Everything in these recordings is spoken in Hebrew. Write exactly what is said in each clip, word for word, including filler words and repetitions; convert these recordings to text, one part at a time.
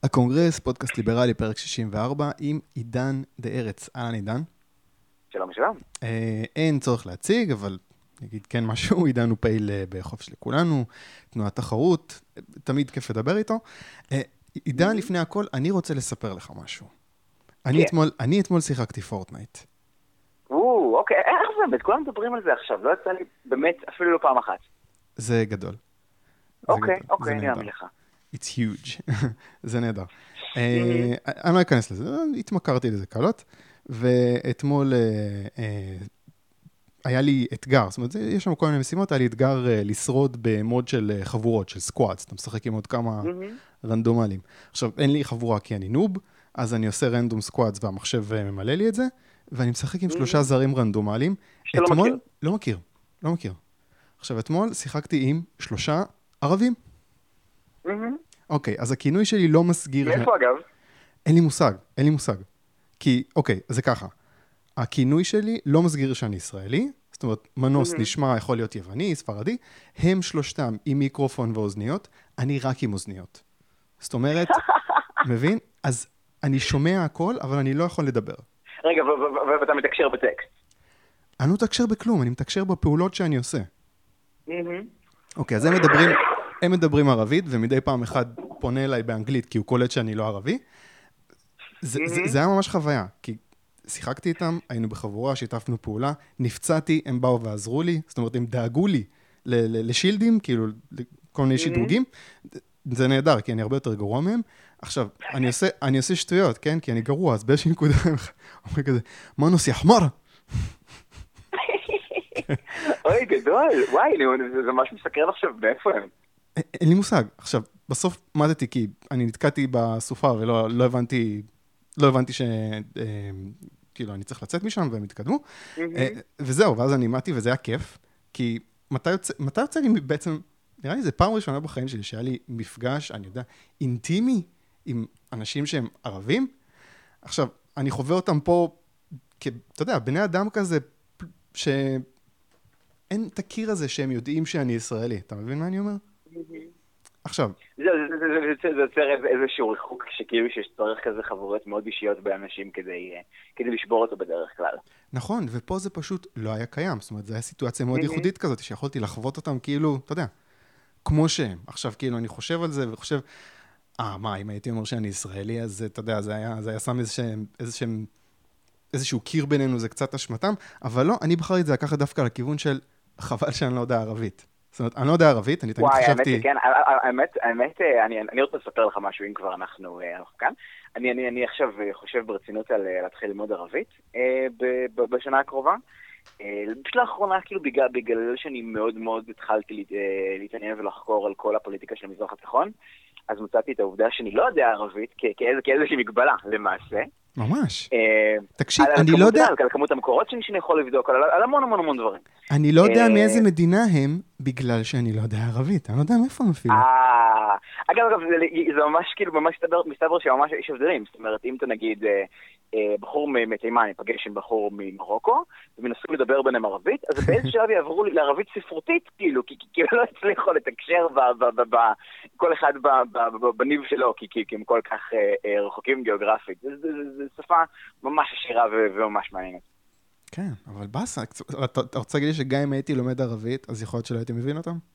הקונגרס, פודקאסט ליברלי, פרק שישים וארבע, עם עידן דה ארץ. אהלן עידן. שלום שלום. אה, אין צורך להציג, אבל נגיד כן משהו, עידן הוא פעיל בחופש לכולנו, תנועת תחרות, תמיד כיף לדבר איתו. אה, עידן, לפני הכל, אני רוצה לספר לך משהו. אני אתמול, אני אתמול שיחקתי פורטנייט. או, אוקיי, איך זה באמת? כולם מדברים על זה עכשיו, לא יצא לי באמת אפילו לא פעם אחת. זה גדול. אוקיי, אוקיי, אני אאמין לך. It's huge. זה נהדר. אני לא אכנס לזה, התמכרתי לזה קלות, ואתמול היה לי אתגר, זאת אומרת, יש שם כל מיני משימות, היה לי אתגר לשרוד במוד של חבורות, של סקואדס, אתה משחק עם עוד כמה רנדומלים. עכשיו, אין לי חבורה כי אני נוב, אז אני עושה רנדום סקואדס והמחשב ממלא לי את זה, ואני משחק עם שלושה זרים רנדומליים. שאתה לא מכיר? לא מכיר, לא מכיר. עכשיו, אתמול שיחקתי עם שלושה ערבים. אוקיי, אז הכינוי שלי לא מסגיר... מאיפה אגב? אין לי מושג, אין לי מושג. כי, אוקיי, זה ככה. הכינוי שלי לא מסגיר שאני ישראלי, זאת אומרת, מנוס נשמע יכול להיות יווני, ספרדי, הם שלושתם עם מיקרופון ואוזניות, אני רק עם אוזניות. זאת אומרת, מבין? אז אני שומע הכל, אבל אני לא יכול לדבר. רגע, ואתה מתקשר בטקסט? אני לא מתקשר בכלום, אני מתקשר בפעולות שאני עושה. אוקיי, אז הם מדברים... הם מדברים ערבית, ומדי פעם אחד פונה אליי באנגלית, כי הוא קולט שאני לא ערבי. זה, זה, זה היה ממש חוויה, כי שיחקתי איתם, היינו בחבורה, שיתפנו פעולה, נפצעתי, הם באו ועזרו לי, זאת אומרת, הם דאגו לי ל- ל- לשילדים, כאילו, כל מיני שדרוגים. זה נהדר, כי אני הרבה יותר גרוע מהם. עכשיו, אני עושה, אני עושה שטויות, כן? כי אני גרוע, אז באיזושהי נקודה, אומרים כזה, מה נוסי, אחמר? אוי, גדול, וואי, זה ממש מסקרן עכשיו, מאיפה הם? אין לי מושג. עכשיו, בסוף מתתי, כי אני נתקעתי בסופה ולא לא הבנתי, לא הבנתי ש... כאילו, אני צריך לצאת משם והם התקדמו. וזהו, ואז אני מתי, וזה היה כיף. כי מתי יוצא, מתי יוצא לי בעצם, נראה לי זה פעם ראשונה בחיים שלי, שהיה לי מפגש, אני יודע, אינטימי עם אנשים שהם ערבים. עכשיו, אני חווה אותם פה, כי, אתה יודע, בני אדם כזה, שאין תקיר הזה שהם יודעים שאני ישראלי. אתה מבין מה אני אומר? עכשיו. זה יוצר איזשהו ריחוק שכאילו שצריך כזה חבורות מאוד אישיות באנשים כדי לשבור אותו בדרך כלל. נכון, ופה זה פשוט לא היה קיים. זאת אומרת, זו הייתה סיטואציה מאוד ייחודית כזאת, שיכולתי לחוות אותם כאילו, אתה יודע, כמו שהם. עכשיו, כאילו, אני חושב על זה וחושב, אה, מה, אם הייתי אומר שאני ישראלי, אז אתה יודע, זה היה שם איזשהם, איזשהו קיר בינינו, זה קצת אשמתם, אבל לא, אני בחרתי את זה לקחת דווקא לכיוון של חבל שאני לא יודע ערבית. זאת אומרת, אני לא יודע ערבית, אני תמיד חשבתי... וואי, האמת, כן, האמת, האמת, אני רוצה לספר לך משהו, אם כבר אנחנו כאן. אני עכשיו חושב ברצינות על להתחיל ללמוד ערבית בשנה הקרובה. פשוט לאחרונה, כאילו, בגלל שאני מאוד מאוד התחלתי להתעניין ולחקור על כל הפוליטיקה של המזרח התיכון, אז מצאתי את העובדה שאני לא יודע ערבית כאיזושהי מגבלה, למעשה. ממש. תקשיב, אני לא יודע... על כמות המקורות שאני יכול לבדוק, על המון המון המון דברים. אני לא יודע מאיזה מדינה הם, בגלל שאני לא יודע ערבית. אני לא יודע מאיפה הם אפילו. אגב, אגב, זה ממש, כאילו, ממש מסתבר שממש יש הבדלים. זאת אומרת, אם אתה נגיד, בחור מתימן, ייפגש עם בחור ממרוקו, ומנסים לדבר ביניהם ערבית, אז באיזה שלב יעברו לערבית ספרותית, כאילו, כי לא הצליחו לתקשר כל אחד בניב שלו, כי הם כל כך רחוקים גיאוגרפית. זו שפה ממש עשירה וממש מעניינת. כן, אבל בסה, אתה רוצה להגיד לי שגם אם הייתי לומד ערבית, אז יכול להיות שלא הייתי מבין אותם?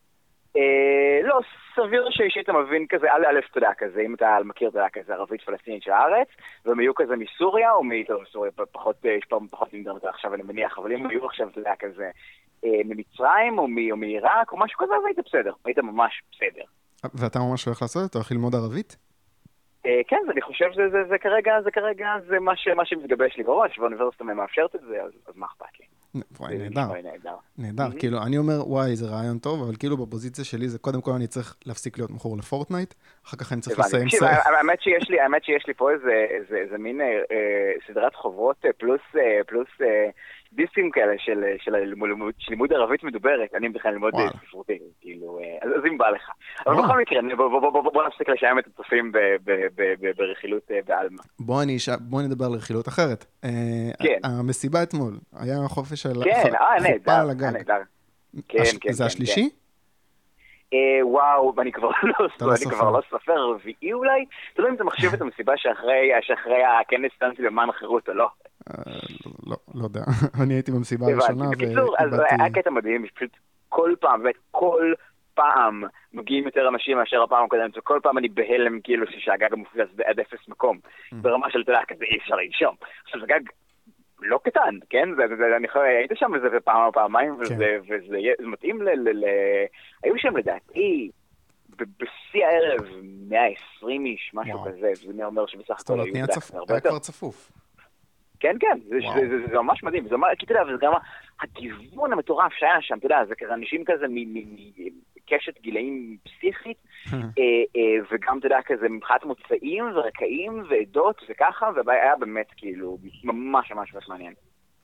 לא, סביר שאתה מבין כזה, א' א' תודה כזה, אם אתה מכיר תודה כזה, ערבית פלסטינית של הארץ, והם היו כזה מסוריה, או מסוריה, פחות, יש פעם פחות אינטרנט עכשיו, אני מניח, אבל אם היו עכשיו תודה כזה, ממצרים, או מעיראק, או משהו כזה, אז היית בסדר, היית ממש בסדר. ואתה ממש הולך לעשות? אתה הולך ללמוד ערבית? כן, אני חושב שזה כרגע, זה כרגע, זה מה שמתגבש לי בראש, והאוניברסיטה מאפשרת את זה, אז מה אכפת לי? וואי, נהדר. נהדר, כאילו, אני אומר, וואי, זה רעיון טוב, אבל כאילו בפוזיציה שלי זה קודם כל אני צריך להפסיק להיות מכור לפורטנייט, אחר כך אני צריך לסיים סרט. האמת שיש לי, האמת שיש לי פה איזה מין סדרת חוברות פלוס דיסקים כאלה של לימוד ערבית מדוברת, אני בכלל ללמוד ספרותי, כאילו, אז אם בא לך. אבל בכל מקרה, בוא נפסיק לשיים את הצופים ברכילות בעלמה. בוא נדבר על רכילות אחרת. כן. המסיבה אתמול, היה חופש על כן, אה, נהדר, נהדר. זה השלישי? וואו, ואני כבר לא סופר רביעי אולי, אתה יודע אם אתה מחשיב את המסיבה שאחרי הכנס סטנסי למען החירות או לא? לא, לא יודע, אני הייתי במסיבה הראשונה. בקיצור, אז היה קטע מדהים, פשוט כל פעם, כל פעם מגיעים יותר אנשים מאשר הפעם הקודמת, וכל פעם אני בהלם כאילו שהגג המופגז עד אפס מקום, ברמה של תדע, כזה אי אפשר לנשום. עכשיו זה גג לא קטן, כן? אני הייתי שם וזה פעם או פעמיים, וזה מתאים ל... היו שם לדעתי, בשיא הערב, מאה ועשרים איש, משהו כזה, זה אומר שבסך הכל היו היה כבר צפוף. כן, כן, זה ממש מדהים, כי אתה יודע, וזה גם הגיוון המטורף שהיה שם, אתה יודע, זה כזה אנשים כזה מקשת גילאים פסיכית, וגם, אתה יודע, כזה מבחינת מוצאים ורקעים ועדות וככה, והיה באמת כאילו ממש ממש ממש מעניין.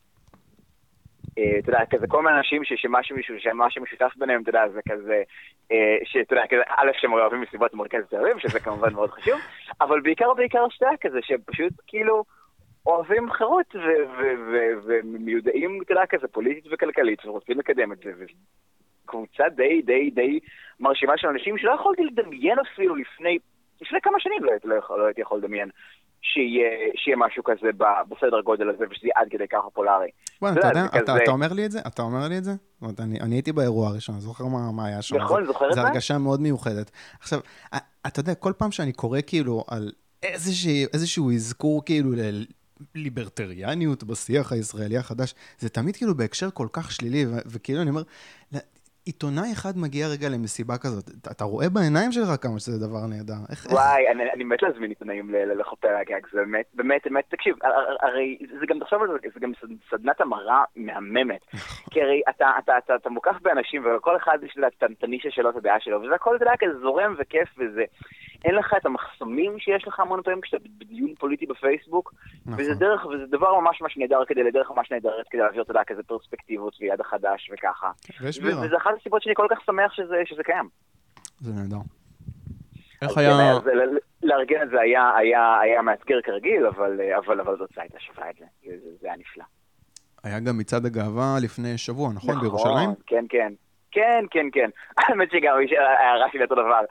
אתה יודע, כזה כל מיני אנשים שמשהו משותף ביניהם, אתה יודע, זה כזה, שאתה יודע, כזה, א' שהם אוהבים מסיבות מרכז תל אביב, שזה כמובן מאוד חשוב, אבל בעיקר בעיקר שתהיה כזה, שהם פשוט כאילו אוהבים חירות ומיודעים, אתה יודע, כזה פוליטית וכלכלית, ורוצים לקדם את זה, וקבוצה די די די מרשימה של אנשים שלא יכולתי לדמיין אפילו לפני, לפני כמה שנים לא הייתי יכול לדמיין. שיהיה משהו כזה בסדר גודל הזה, ושזה עד כדי כך פופולרי. אתה יודע, אתה אומר לי את זה? אתה אומר לי את זה? אני הייתי באירוע הראשון, אני זוכר מה היה שם. נכון, זוכר את זה? זו הרגשה מאוד מיוחדת. עכשיו, אתה יודע, כל פעם שאני קורא כאילו על איזשהו אזכור כאילו לליברטריאניות בשיח הישראלי החדש, זה תמיד כאילו בהקשר כל כך שלילי, וכאילו אני אומר, עיתונאי אחד מגיע רגע למסיבה כזאת, אתה רואה בעיניים שלך כמה שזה דבר נהדר. וואי, אני מת להזמין עיתונאים לחופי הגג, זה באמת, באמת, באמת, תקשיב, הרי זה גם תחשוב על זה, זה גם סדנת המראה מהממת, כי הרי אתה מוקף באנשים, וכל אחד יש לה את הנישה שלו, את הדעה שלו, וזה הכל, אתה יודע, כזה זורם וכיף וזה, אין לך את המחסומים שיש לך המון פעמים כשאתה בדיון פוליטי בפייסבוק, וזה דרך, וזה דבר ממש ממש נהדר כדי לדרך ממש נהדרת כדי להעביר, אתה יודע, כזה פרספקטיבות ויד החדש וככה. וזה אחת הסיבות שאני כל כך שמח שזה, שזה קיים. זה נהדר. איך היה... לארגן את זה היה, היה, היה מאתגר כרגיל, אבל, אבל, אבל זאת הייתה שווה את זה. זה, זה היה נפלא. היה גם מצעד הגאווה לפני שבוע, נכון? בירושלים? כן, כן. כן, כן, כן. האמת שגם הערה שלי אותו דבר.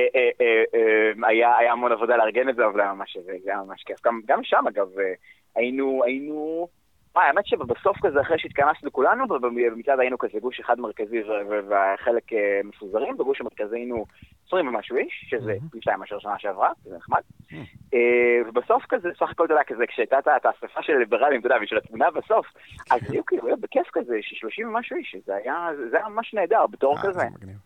היה המון עבודה לארגן את זה, אבל זה היה ממש כיף. גם שם, אגב, היינו, היינו... האמת שבסוף כזה, אחרי שהתכנסנו כולנו, במצעד היינו כזה גוש אחד מרכזי וחלק מפוזרים, בגוש המרכזי היינו עשרים ומשהו איש, שזה פגישה עם השנה שעברה, זה נחמד. ובסוף כזה, סך הכל תודה כזה, כשהייתה את האספה של ליברלים, אתה יודע, ושל התמונה בסוף, אז היו כאילו, היה בכיף כזה, ש-שלושים ומשהו איש, זה היה ממש נהדר, בתור כזה.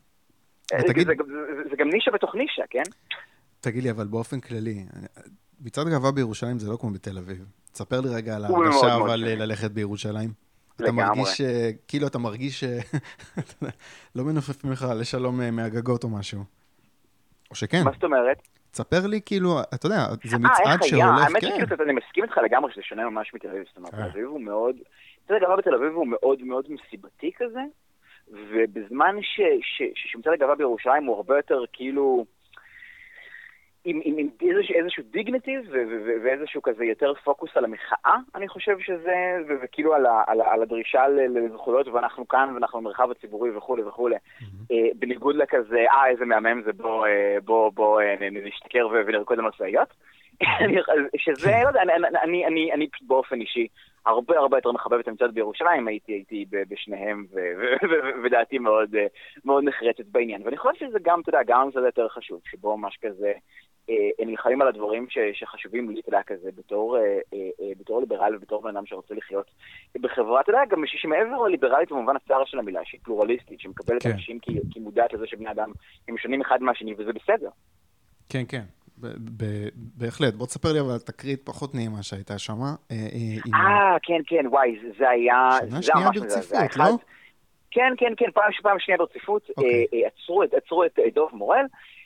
זה גם נישה בתוך נישה, כן? תגיד לי, אבל באופן כללי, מצעד גאווה בירושלים זה לא כמו בתל אביב. תספר לי רגע על ההרגשה, אבל ללכת בירושלים. אתה מרגיש, כאילו אתה מרגיש לא מנופף ממך לשלום מהגגות או משהו. או שכן. מה זאת אומרת? תספר לי, כאילו, אתה יודע, זה מצעד שהולך, האמת שכאילו, אני מסכים איתך לגמרי שזה שונה ממש מתל אביב. זאת אומרת, תל אביב הוא מאוד, מצעד הגאווה בתל אביב הוא מאוד מאוד מסיבתי כזה, ובזמן שמצעד הגאווה בירושלים הוא הרבה יותר כאילו... עם, עם, עם איזשהו, איזשהו דיגניטיב ואיזשהו כזה יותר פוקוס על המחאה, אני חושב שזה, וכאילו על, ה, על, ה, על הדרישה לזכויות, ואנחנו כאן, ואנחנו במרחב הציבורי וכו' וכו'. Mm-hmm. בניגוד לכזה, אה, איזה מהמם זה, בוא, בוא, בוא, נשתכר ונרקוד למשאיות. שזה, לא יודע, אני, אני, אני, אני באופן אישי, הרבה הרבה יותר מחבב את המצעד בירושלים, הייתי, הייתי בשניהם, ודעתי מאוד, מאוד נחרצת בעניין. ואני חושב שזה גם, אתה יודע, גם זה יותר חשוב, שבו ממש כזה, הם נלחמים על הדברים שחשובים לי, אתה יודע, כזה, בתור, בתור ליברל ובתור בן אדם שרוצה לחיות בחברה, אתה יודע, גם שמעבר לליברלית במובן הצער של המילה, שהיא פלורליסטית, שמקבלת אנשים כי מודעת לזה שבני אדם הם שונים אחד מהשני, וזה בסדר. כן, כן. בהחלט, בוא תספר לי אבל תקרית פחות נעימה שהייתה שם. אה, כן, כן, וואי, זה היה... שנה שנייה ברציפות, לא? כן, כן, כן, פעם שנייה ברציפות, עצרו את דוב מורל,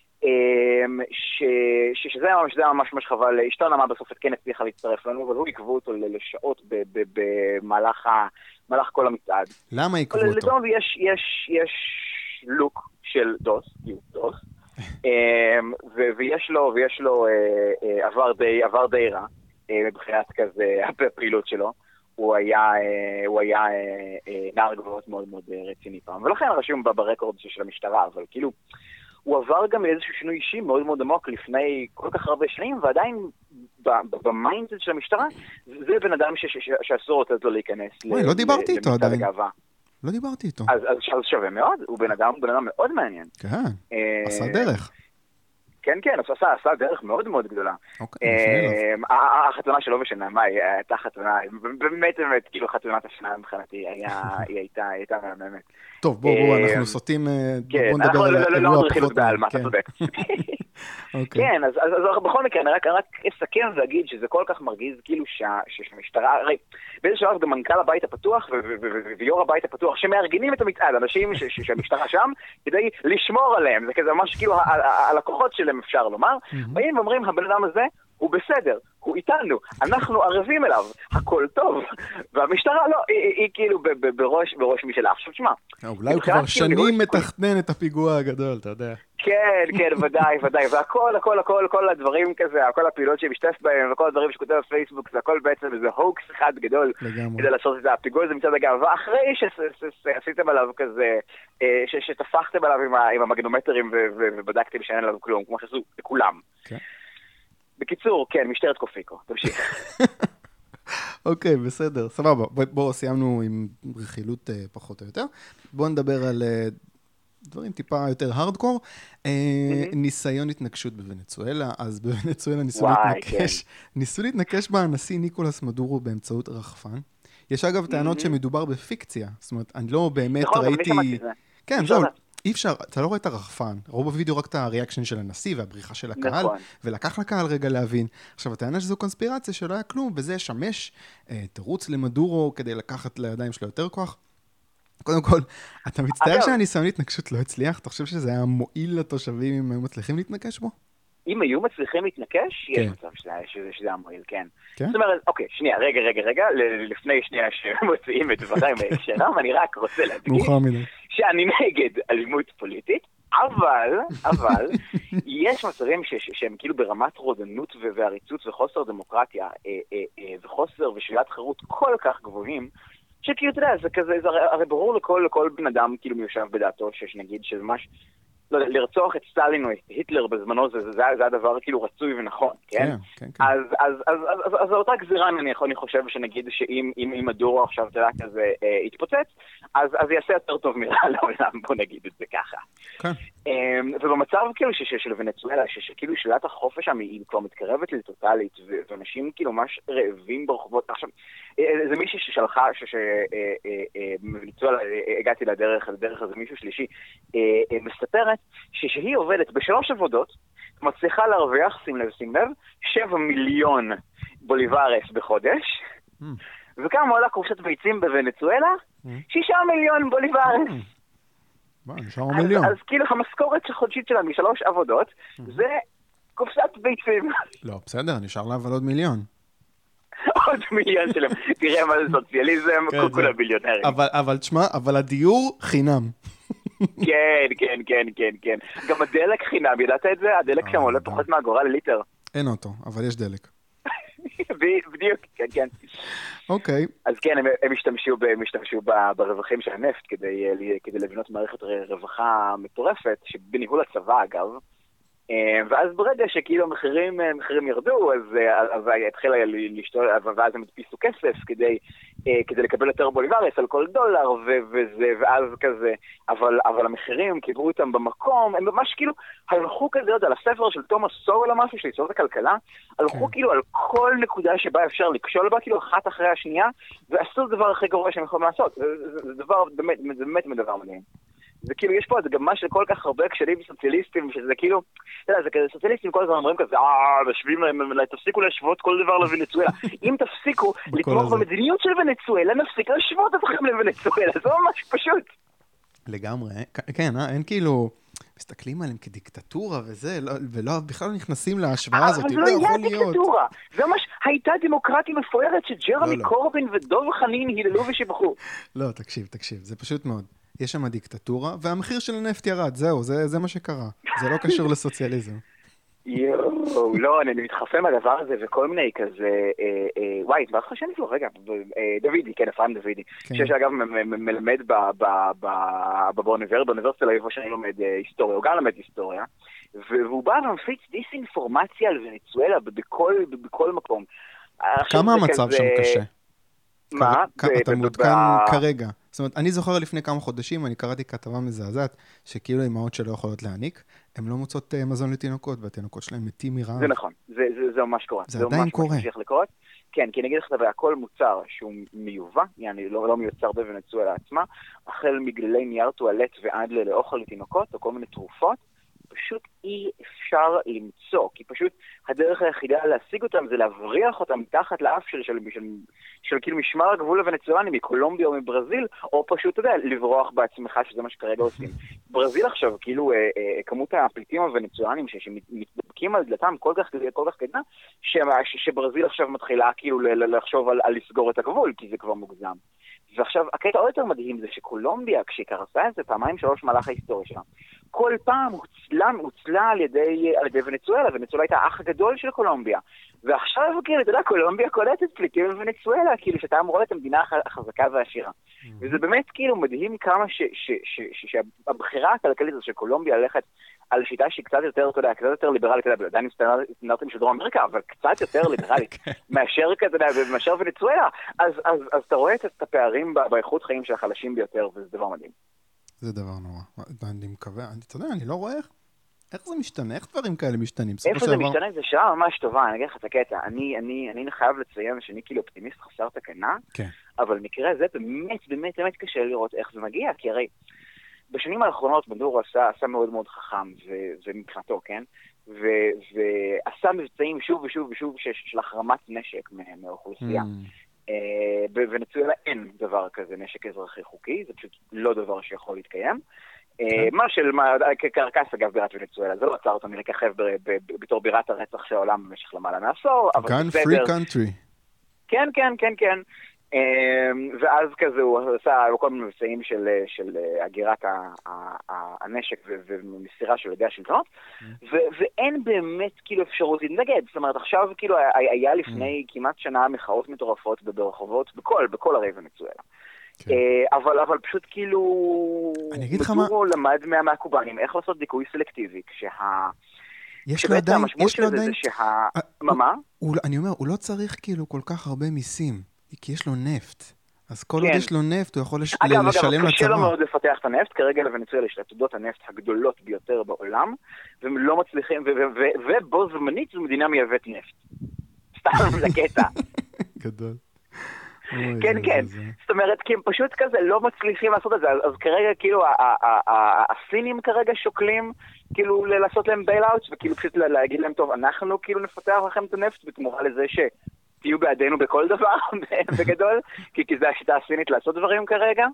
שזה היה ממש ממש חבל, אשתו נעמה בסוף את כן הצליחה להצטרף לנו, אבל הוא עקבו אותו לשעות במהלך כל המצעד. למה עקבו אותו? לדוב יש לוק של דוס, דוס, ויש לו, ויש לו עבר די, עבר די רע מבחינת כזה הפעילות שלו. הוא היה, הוא היה נער גבוהות מאוד מאוד רציני פעם, ולכן רשום ברקורד של המשטרה, אבל כאילו, הוא עבר גם איזשהו שינוי אישי מאוד מאוד עמוק לפני כל כך הרבה שנים, ועדיין במיינדסט של המשטרה, זה בן אדם שאסור לתת לו להיכנס לא דיברתי איתו עדיין. לא דיברתי איתו. אז שווה מאוד, הוא בן אדם מאוד מעניין. כן, עשה דרך. כן, כן, עשה, עשה דרך מאוד מאוד גדולה. אוקיי, נפנה אליו. החתונה שלו ושנה, מה, הייתה חתונה, באמת, באמת, כאילו חתונת השנה מבחינתי, היא הייתה מהממת. טוב, בואו, בואו, אנחנו סוטים, בואו נדבר על האירוע פחות בעל, מה אתה צודק. כן, אז בכל מקרה, אני רק אסכם ואגיד שזה כל כך מרגיז, כאילו שהמשטרה, הרי באיזה שלב גם מנכ"ל הבית הפתוח ויו"ר הבית הפתוח, שמארגנים את המצעד, אנשים שהמשטרה שם, כדי לשמור עליהם, זה כזה ממש כאילו הלקוחות שלהם אפשר לומר, באים ואומרים, הבן אדם הזה הוא בסדר, הוא איתנו, אנחנו ערבים אליו, הכל טוב, והמשטרה לא, היא, היא כאילו בראש, בראש משלה. עכשיו, תשמע. אולי הוא כבר שנים מתכנן את הפיגוע הגדול, אתה יודע. כן, כן, ודאי, ודאי, והכל, הכל, הכל, כל הדברים כזה, כל הפעילות שמשתף בהם, וכל הדברים שכותב בפייסבוק, זה הכל בעצם איזה הוקס אחד גדול, כדי לעשות את זה, הפיגוע הזה מצד הגאווה, אחרי שעשיתם עליו כזה, שטפחתם עליו עם המגנומטרים ובדקתם שאין עליו כלום, כמו שעשו לכולם. כן. בקיצור, כן, משטרת קופיקו, תמשיך. אוקיי, בסדר, סבבה. בואו סיימנו עם רכילות פחות או יותר. בואו נדבר על דברים טיפה יותר הארדקור. ניסיון התנגשות בוונצואלה, אז בוונצואלה ניסו להתנקש, ניסו להתנקש בנשיא ניקולס מדורו באמצעות רחפן. יש אגב טענות שמדובר בפיקציה, זאת אומרת, אני לא באמת ראיתי... כן, זהו. אי אפשר, אתה לא רואה את הרחפן, ראו בווידאו רק את הריאקשן של הנשיא והבריחה של הקהל, נכון. ולקח לקהל רגע להבין. עכשיו, הטענה שזו קונספירציה שלא היה כלום, וזה ישמש אה, תירוץ למדורו כדי לקחת לידיים שלו יותר כוח. קודם כל, אתה מצטער שהניסיון להתנגשות לא הצליח? אתה חושב שזה היה מועיל לתושבים אם היו מצליחים להתנגש בו? אם היו מצליחים להתנקש, יש מצב שזה היה מועיל, כן. זאת אומרת, אוקיי, שנייה, רגע, רגע, רגע, לפני שנייה שמוציאים את דבריי מהקשרם, אני רק רוצה להדגיש שאני נגד אלימות פוליטית, אבל, אבל, יש מצבים שהם כאילו ברמת רודנות ועריצות וחוסר דמוקרטיה וחוסר ושלילת חירות כל כך גבוהים, שכאילו, אתה יודע, זה כזה, זה הרי ברור לכל, לכל בן אדם כאילו מיושב בדעתו, שנגיד שזה ממש, לא יודע, לרצוח את סטלין או את היטלר בזמנו, זה, זה, זה הדבר כאילו רצוי ונכון, כן? כן, כן, כן. אז, אז, אז, אז, אז, אז אותה גזירה, אני, אני חושב שנגיד שאם אם, אם מדורו עכשיו, אתה יודע, כזה אה, יתפוצץ, אז, אז יעשה יותר טוב מרע לעולם, בוא נגיד את זה ככה. כן. אה, ובמצב כאילו ש, ש, של ונצואלה, שכאילו שלילת החופש שם היא כבר מתקרבת לטוטלית, ואנשים כאילו ממש רעבים ברחובות. עכשיו, אה, זה מישהי ששלחה, שבוונצואלה, אה, אה, אה, הגעתי לדרך, לדרך הזה, מישהו שלישי, אה, אה, מספרת, שהיא עובדת בשלוש עבודות, מצליחה להרוויח, שים לב, שים לב, שבע מיליון בוליברס בחודש, mm. וכמה עולה קופסת ביצים בוונצואלה? Mm. שישה מיליון בוליברס. מה, mm. נשאר מיליון. אז, אז כאילו המשכורת החודשית שלה משלוש עבודות, mm. זה קופסת ביצים. לא, בסדר, נשאר לה אבל עוד מיליון. עוד מיליון שלהם. תראה מה זה סוציאליזם, כולה ביליונרים. אבל, אבל, תשמע, אבל הדיור חינם. כן, כן, כן, כן, כן. גם הדלק חינם, ידעת את זה? הדלק שם עולה פחות מהגורל לליטר. אין אותו, אבל יש דלק. בדיוק, כן, כן. אוקיי. אז כן, הם השתמשו ברווחים של הנפט כדי לבנות מערכת רווחה מטורפת, שבניהול הצבא אגב, ואז ברגע שכאילו המחירים מחירים ירדו, אז אז התחילה לשתול, ואז הם הדפיסו כסף כדי כדי לקבל יותר בוליברס על כל דולר, וזה, ואז כזה, אבל אבל המחירים קיבלו אותם במקום, הם ממש כאילו הלכו כזה על הספר של תומאס סואל או משהו, של יסוד הכלכלה, הלכו כאילו על כל נקודה שבה אפשר לקשול בה, כאילו אחת אחרי השנייה, ועשו את הדבר הכי גרוע שהם יכולים לעשות. זה דבר באמת, זה באמת מדבר מדהים. זה כאילו, יש פה גם מה שכל כך הרבה כשלים סוציאליסטים, שזה כאילו, אתה יודע, זה כזה סוציאליסטים כל הזמן אומרים כזה, אה, משווים להם, תפסיקו להשוות כל דבר לוונצואלה. אם תפסיקו לתמוך במדיניות של ונצואלה, נפסיק להשוות אתכם לוונצואלה, זה ממש פשוט. לגמרי, כן, אין כאילו, מסתכלים עליהם כדיקטטורה וזה, ולא, בכלל נכנסים להשוואה הזאת. אבל זה לא היה דיקטטורה, זה ממש הייתה דמוקרטיה מפוארת שג'רמי קורבין ודוב חנין היללו ושבחו. לא, תקשיב, תקשיב, זה פשוט מאוד. יש שם דיקטטורה, והמחיר של הנפט ירד, זהו, זה, זה מה שקרה. זה לא קשור לסוציאליזם. יואו, לא, אני מתחפה מהדבר הזה וכל מיני כזה, וואי, מה חשבתי לו? רגע, דוידי, כן, אפרים דוידי, שיש אגב מלמד באוניברסיטה תל אביב שאני לומד היסטוריה, הוא גם למד היסטוריה, והוא בא ומפיץ דיסאינפורמציה על ונצואלה בכל מקום. כמה המצב שם קשה? מה? אתה מעודכן כרגע. זאת אומרת, אני זוכר לפני כמה חודשים, אני קראתי כתבה מזעזעת, שכאילו אמהות שלא יכולות להעניק, הן לא מוצאות מזון לתינוקות, והתינוקות שלהם מתים מרעב. זה נכון, זה ממש קורה. זה עדיין קורה. כן, כי נגיד לך, הכל מוצר שהוא מיובא, יעני לא מיוצר בוונצואלה עצמה, החל מגללי נייר טואלט ועד לאוכל לתינוקות, או כל מיני תרופות, פשוט אי אפשר למצוא, כי פשוט הדרך היחידה להשיג אותם זה להבריח אותם מתחת לאף של, של, של, של כאילו משמר הגבול הוונצואלני מקולומביה או מברזיל, או פשוט, אתה יודע, לברוח בעצמך, שזה מה שכרגע עושים. ברזיל עכשיו, כאילו, אה, אה, כמות הפליטים הוונצואלנים שמתדבקים על דלתם כל כך, כל כך קטנה, ש, ש, שברזיל עכשיו מתחילה כאילו לחשוב על, על לסגור את הגבול, כי זה כבר מוגזם. ועכשיו, הקטע עוד יותר מדהים זה שקולומביה, כשהיא קרסה את זה פעמיים שלוש מהלך ההיסטוריה שלה, כל פעם הוצלה, הוצלה על ידי, על ידי ונצואלה, ונצואלה הייתה האח הגדול של קולומביה. ועכשיו, כאילו, אתה יודע, קולומביה קולטת פליטים בוונצואלה, כאילו, שאתה אמור להיות המדינה החזקה והעשירה. Mm-hmm. וזה באמת, כאילו, מדהים כמה ש, ש, ש, ש, שהבחירה הכלכלית הזו של קולומביה ללכת על שיטה שהיא קצת יותר, אתה יודע, קצת יותר ליברלית, אתה יודע, עדיין סטנדרטים של דרום אמריקה, אבל קצת יותר ליברלית, מאשר, אתה יודע, מאשר ונצואלה. אז, אז, אז אתה רואה את הפערים באיכות חיים של החלשים ביותר, וזה דבר מדהים. זה דבר נורא. אני מקווה, אני, אתה יודע, אני לא רואה איך, איך זה משתנה, איך דברים כאלה משתנים. איפה זה משתנה? זה שאלה ממש טובה, אני אגיד לך את הקטע. אני, אני, אני חייב לציין שאני כאילו אופטימיסט חסר תקנה, כן. אבל מקרה זה באמת, באמת, באמת קשה לראות איך זה מגיע, כי הרי בשנים האחרונות מדורו עשה, עשה מאוד מאוד חכם, ומבחינתו, כן? ועשה מבצעים שוב ושוב ושוב של החרמת נשק מהאוכלוסייה. בוונצואלה אין דבר כזה נשק אזרחי חוקי, זה פשוט לא דבר שיכול להתקיים. מה של, קרקס אגב בירת ונצואלה, זה לא עצר אותו מלככב בתור בירת הרצח של העולם במשך למעלה מעשור. Gun free country. כן, כן, כן, כן. ואז כזה הוא עשה כל מיני מבצעים של הגירת הנשק ומסירה של ידי השלטונות, ואין באמת כאילו אפשרות להתנגד. זאת אומרת, עכשיו כאילו היה לפני כמעט שנה מחאות מטורפות ברחובות, בכל, בכל הרי ונצואלה. אבל אבל פשוט כאילו מדורו למד מהקובנים איך לעשות דיכוי סלקטיבי, כשה... יש לו עדיין, יש לו עדיין... מה? אני אומר, הוא לא צריך כאילו כל כך הרבה מיסים. כי יש לו נפט. אז כל עוד יש לו נפט, הוא יכול לשלם לצבא. אגב, קשה לו מאוד לפתח את הנפט, כרגע לוונצואלה יש עתודות הנפט הגדולות ביותר בעולם, והם לא מצליחים, ובו זמנית זו מדינה מייבאת נפט. סתם זה קטע. גדול. כן, כן. זאת אומרת, כי הם פשוט כזה לא מצליחים לעשות את זה, אז כרגע כאילו הסינים כרגע שוקלים כאילו לעשות להם בייל-אוט, וכאילו פשוט להגיד להם, טוב, אנחנו כאילו נפתח לכם את הנפט, בתמורה לזה ש... תהיו בעדינו בכל דבר, בגדול, כי, כי זה השיטה הסינית לעשות דברים כרגע.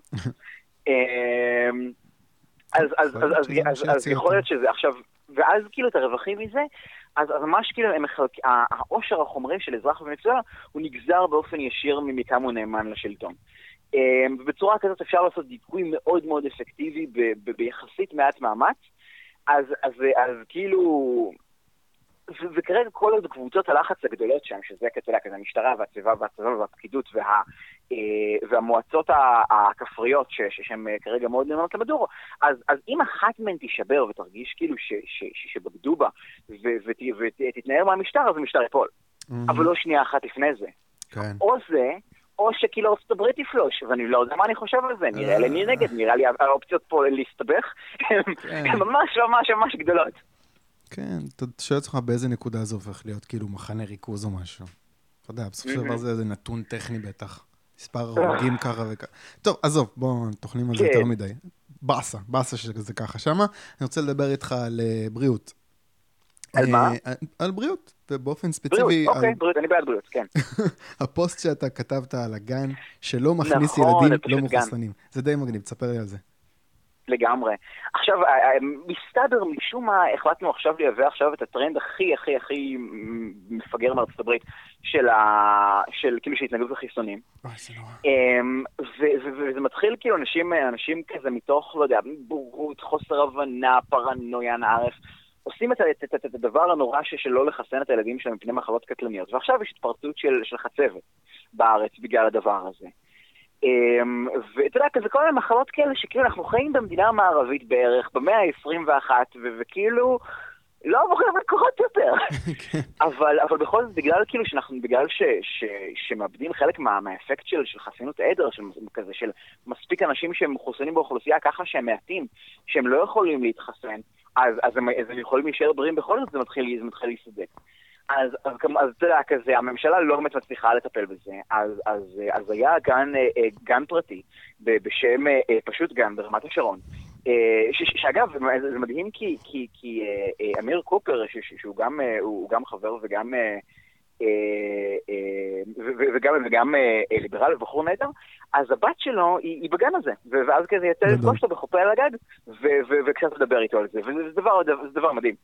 אז, אז, אז, אז, אז, אז יכול להיות שזה עכשיו, ואז כאילו את הרווחים מזה, אז, אז ממש כאילו הם מחלק, העושר החומרי של אזרח וונצואלה, הוא נגזר באופן ישיר מכמה הוא נאמן לשלטון. ובצורה כזאת אפשר לעשות דיכוי מאוד מאוד אפקטיבי, ב, ב, ביחסית מעט מאמץ, אז, אז, אז כאילו... וכרגע כל עוד קבוצות הלחץ הגדולות שם, שזה כתולה, כזה המשטרה והצבא והצבא והפקידות וה, והמועצות הכפריות שהן כרגע מאוד נאמנות למדורו, אז, אז אם אחת מהן תישבר ותרגיש כאילו ש, ש, ש, שבגדו בה ותתנער מהמשטר, אז המשטר ייפול. Mm-hmm. אבל לא שנייה אחת לפני זה. כן. או זה, או שכאילו ארצות הברית תפלוש, ואני לא יודע מה אני חושב על זה, נראה לי מי נגד, נראה לי האופציות פה להסתבך, הן ממש ממש ממש גדולות. כן, אתה שואל אותך באיזה נקודה זה הופך להיות כאילו מחנה ריכוז או משהו. אתה יודע, בסוף של דבר זה איזה נתון טכני בטח. מספר הרוגים ככה וככה. טוב, עזוב, בואו תוכנים על זה יותר מדי. באסה, באסה שזה ככה. שמה, אני רוצה לדבר איתך על בריאות. על מה? על בריאות, ובאופן ספציפי... בריאות, אוקיי, בריאות, אני בעד בריאות, כן. הפוסט שאתה כתבת על הגן, שלא מכניס ילדים לא מחוסנים. זה די מגניב, תספר לי על זה. לגמרי. עכשיו, מסתבר משום מה, החלטנו עכשיו לייבא עכשיו את הטרנד הכי הכי הכי מפגר מארצות הברית של ה... של כאילו שהתנגדות לחיסונים. אוי, זה נורא. וזה מתחיל כאילו אנשים, אנשים כזה מתוך, לא יודע, בורות, חוסר הבנה, פרנויה, נערף, עושים את, את, את, את הדבר הנורא שלא לחסן את הילדים שלהם מפני מחלות קטלניות, ועכשיו יש התפרצות של, של חצבת בארץ בגלל הדבר הזה. ואתה יודע, כזה כל מיני מחלות כאלה שכאילו אנחנו חיים במדינה המערבית בערך, במאה ה-עשרים ואחת, וכאילו לא אמורים לקרות יותר. אבל, אבל בכל זאת, בגלל כאילו שאנחנו, בגלל ש, ש, שמאבדים חלק מה, מהאפקט של, של חסינות העדר, של כזה, של מספיק אנשים שהם מחוסנים באוכלוסייה ככה שהם מעטים, שהם לא יכולים להתחסן, אז, אז הם, אז הם יכולים להישאר בריאים בכל זאת, זה מתחיל, זה מתחיל להסתדק. אז, אז, אז אתה יודע, כזה, הממשלה לא באמת מצליחה לטפל בזה, אז, אז, אז היה גן, גן פרטי, בשם פשוט גן ברמת השרון, שאגב, זה מדהים כי, כי, כי אמיר קופר, שהוא גם, הוא גם חבר וגם, וגם, וגם ליברל ובחור נהדר, אז הבת שלו היא, היא בגן הזה, ואז כזה יצא לפגוש אותו בחופי על הגג, וקצת לדבר איתו על זה, וזה דבר, זה דבר מדהים.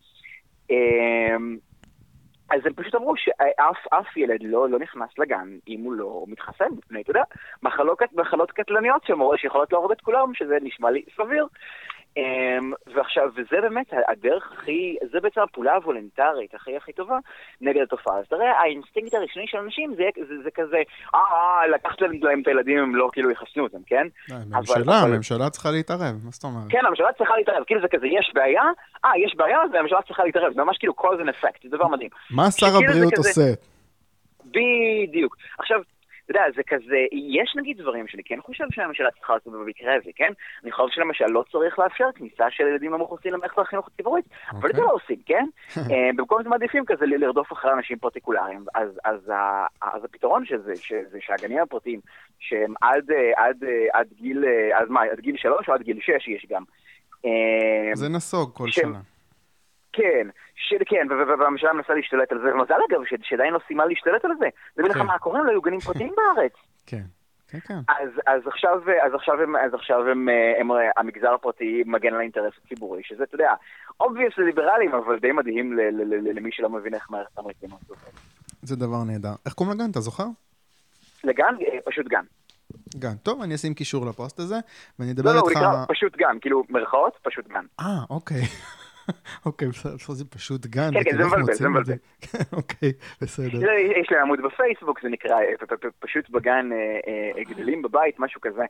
אז הם פשוט אמרו שאף אף ילד לא, לא נכנס לגן אם הוא לא מתחסן, אתה יודע, מחלות, מחלות קטלניות שיכולות להרוג את כולם, שזה נשמע לי סביר. ועכשיו, וזה באמת הדרך הכי, זה בעצם הפעולה הוולונטרית הכי הכי טובה נגד התופעה. אז תראה, האינסטינקט הראשוני של אנשים זה, זה, זה כזה, אה, לקחת להם את הילדים, הם לא כאילו יחסנו אותם, כן? הממשלה, הממשלה צריכה להתערב, מה זאת אומרת? כן, הממשלה צריכה להתערב, כאילו זה כזה, יש בעיה, אה, יש בעיה, והממשלה צריכה להתערב, זה ממש כאילו cause and effect, זה דבר מדהים. מה שר הבריאות עושה? בדיוק. עכשיו, אתה יודע, זה כזה, יש נגיד דברים שאני כן חושב שהממשלה צריכה לעשות במקרה הזה, כן? אני חושב שלמשל לא צריך לאפשר כניסה של ילדים המחוסנים למערכת החינוך הציבורית, אבל את זה לא עושים, כן? במקום זה מעדיפים כזה לרדוף אחרי אנשים פרטיקולריים, אז הפתרון שזה שהגנים הפרטיים, שהם עד גיל שלוש או עד גיל שש יש גם. זה נסוג כל שנה. כן, כן, והממשלה מנסה להשתלט על זה, ומזל אגב, שעדיין לא סיימה להשתלט על זה. זה בלך מה קוראים לו, היו גנים פרטיים בארץ. כן, כן, כן. אז עכשיו, אז עכשיו הם, אז עכשיו הם, המגזר הפרטי מגן על האינטרס הציבורי, שזה, אתה יודע, obviously ליברלים, אבל די מדהים למי שלא מבין איך מערכת אמריקאים עושה. זה דבר נהדר. איך קוראים לגן, אתה זוכר? לגן, פשוט גן. גן. טוב, אני אשים קישור לפוסט הזה, ואני אדבר איתך... לא, לא, איתך... הוא נקרא פשוט גן, כאילו מרכאות, פשוט גן. אה, אוקיי. אוקיי, בסדר, זה פשוט גן. כן, כן, זה מבלבל, זה מבלבל. אוקיי, בסדר. יש להם עמוד בפייסבוק, זה נקרא פשוט בגן גדלים בבית, משהו כזה.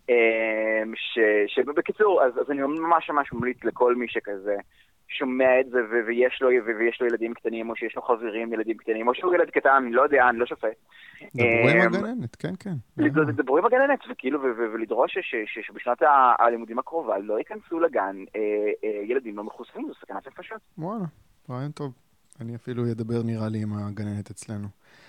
שבקיצור, אז אני ממש ממש ממליץ לכל מי שכזה שומע את זה, ויש לו ויש לו ילדים קטנים, או שיש לו חברים ילדים קטנים, או שהוא ילד קטן, אני לא יודע, אני לא שופט. דברו עם הגננת, כן, כן. דברו עם הגננת, וכאילו, ולדרוש שבשנת הלימודים הקרובה לא ייכנסו לגן ילדים לא מחוסנים, זו סכנת נפשות. וואלה, רעיון טוב. אני אפילו אדבר נראה לי עם הגננת אצלנו.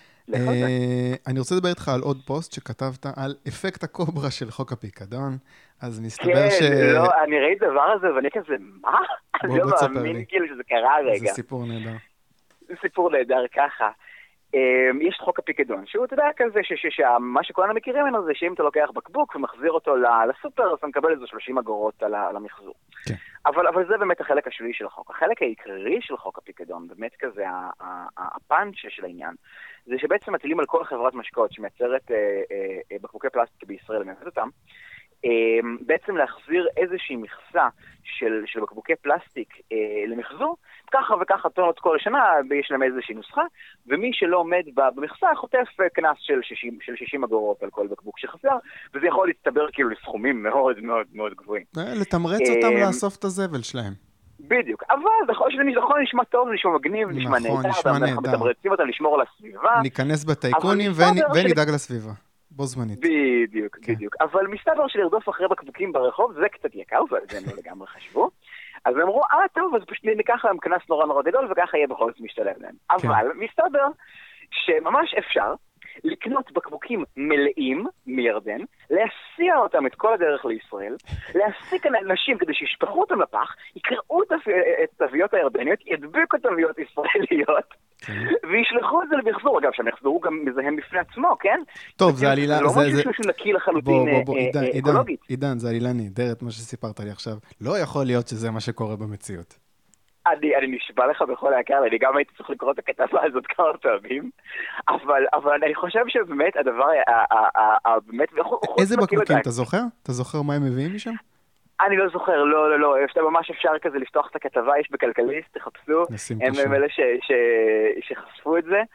אני רוצה לדבר איתך על עוד פוסט שכתבת על אפקט הקוברה של חוק הפיקדון, אז מסתבר ש... כן, לא, אני ראיתי דבר הזה ואני כזה, מה? אני לא מאמין כאילו שזה קרה רגע. זה סיפור נהדר. זה סיפור נהדר ככה. יש את חוק הפיקדון, שהוא אתה יודע כזה, שמה שכולנו מכירים ממנו זה שאם אתה לוקח בקבוק ומחזיר אותו לסופר, אז אתה מקבל איזה שלושים אגורות על המחזור. כן. אבל, אבל זה באמת החלק השלי של החוק. החלק העיקרי של חוק הפיקדון, באמת כזה, הפאנץ' של העניין, זה שבעצם מטילים על כל חברת משקאות שמייצרת אה, אה, בקבוקי פלסטיק בישראל, למעט אותם, אה, בעצם להחזיר איזושהי מכסה של, של בקבוקי פלסטיק אה, למחזור, ככה וככה טונות כל שנה, יש להם איזושהי נוסחה, ומי שלא עומד במכסה חוטף כנס של שישים, של שישים אגורות על כל בקבוק שחסר, וזה יכול להצטבר כאילו לסכומים מאוד מאוד מאוד גבוהים. לתמרץ אותם לאסוף את הזבל שלהם. בדיוק, אבל זה יכול נשמע טוב, נשמע מגניב, נשמע נהדר, אנחנו מתמרצים אותם לשמור על הסביבה. ניכנס בטייקונים ונדאג לסביבה, בו זמנית. בדיוק, בדיוק. אבל מסתבר שלרדוף אחרי בקבוקים ברחוב זה קצת יקר, וזה הם לא לגמרי חשבו. אז הם אמרו, אה טוב, אז פשוט ניקח להם כנס נורא נורא גדול, וככה יהיה בכל זאת משתלב להם. אבל מסתבר שממש אפשר לקנות בקבוקים מלאים מירדן, להסיע אותם את כל הדרך לישראל, להסיק אנשים כדי שישפחו אותם לפח, יקראו את תוויות הירדניות, ידביקו תוויות ישראליות, וישלחו את זה למחזור. אגב, שהמחזור הוא גם מזהם בפני עצמו, כן? טוב, זה עלילה... זה לא משהו שהוא נקי לחלוטין אקולוגית. עידן, זה עלילה נהדרת, מה שסיפרת לי עכשיו. לא יכול להיות שזה מה שקורה במציאות. אני, אני נשבע לך בכל היקר, אני גם הייתי צריך לקרוא את הכתבה הזאת כמה פעמים, אבל, אבל אני חושב שבאמת הדבר, באמת... איזה בקבוקים, אתה זוכר? אתה זוכר מה הם מביאים משם? אני לא זוכר, לא, לא, לא, אפשר ממש אפשר כזה לפתוח את הכתבה, יש בכלכליסט, תחפשו, הם אלה שחשפו את זה.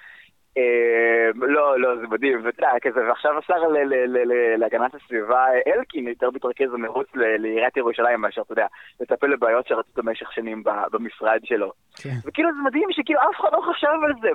לא, לא, זה מדהים, ועכשיו השר להגנת הסביבה, אלקין, יותר מתרכז המרוץ לעיריית ירושלים, מאשר, אתה יודע, לטפל לבעיות שרצו במשך שנים במשרד שלו. וכאילו זה מדהים שכאילו אף אחד לא חשב על זה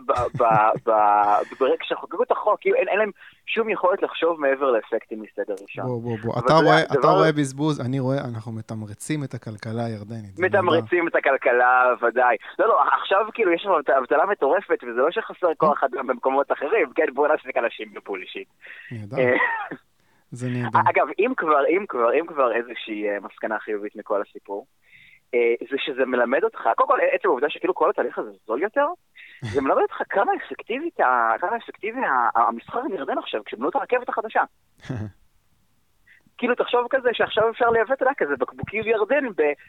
ברגע שחוקקו את החוק, כאילו אין להם שום יכולת לחשוב מעבר לאפקטים מסדר ראשון. בוא, בוא, בוא, אתה רואה בזבוז, אני רואה, אנחנו מתמרצים את הכלכלה הירדנית. מתמרצים את הכלכלה, ודאי. לא, לא, עכשיו כאילו יש לנו אבטלה מטורפת, וזה לא שחסר כוח אדם במקומות אחרים, כן, בואו נעסק אנשים בפולישית. נהדר. זה נהדר. אגב, אם כבר, אם כבר, אם כבר איזושהי מסקנה חיובית מכל הסיפור, זה שזה מלמד אותך, קודם כל, עצם העובדה שכאילו כל התהליך הזה זול יותר, זה מלמד אותך כמה אפקטיבית, כמה אפקטיבי המסחר עם ירדן עכשיו, כשבנו את הרכבת החדשה. כאילו, תחשוב כזה שעכשיו אפשר לייבא את כזה בקבוקים ירדן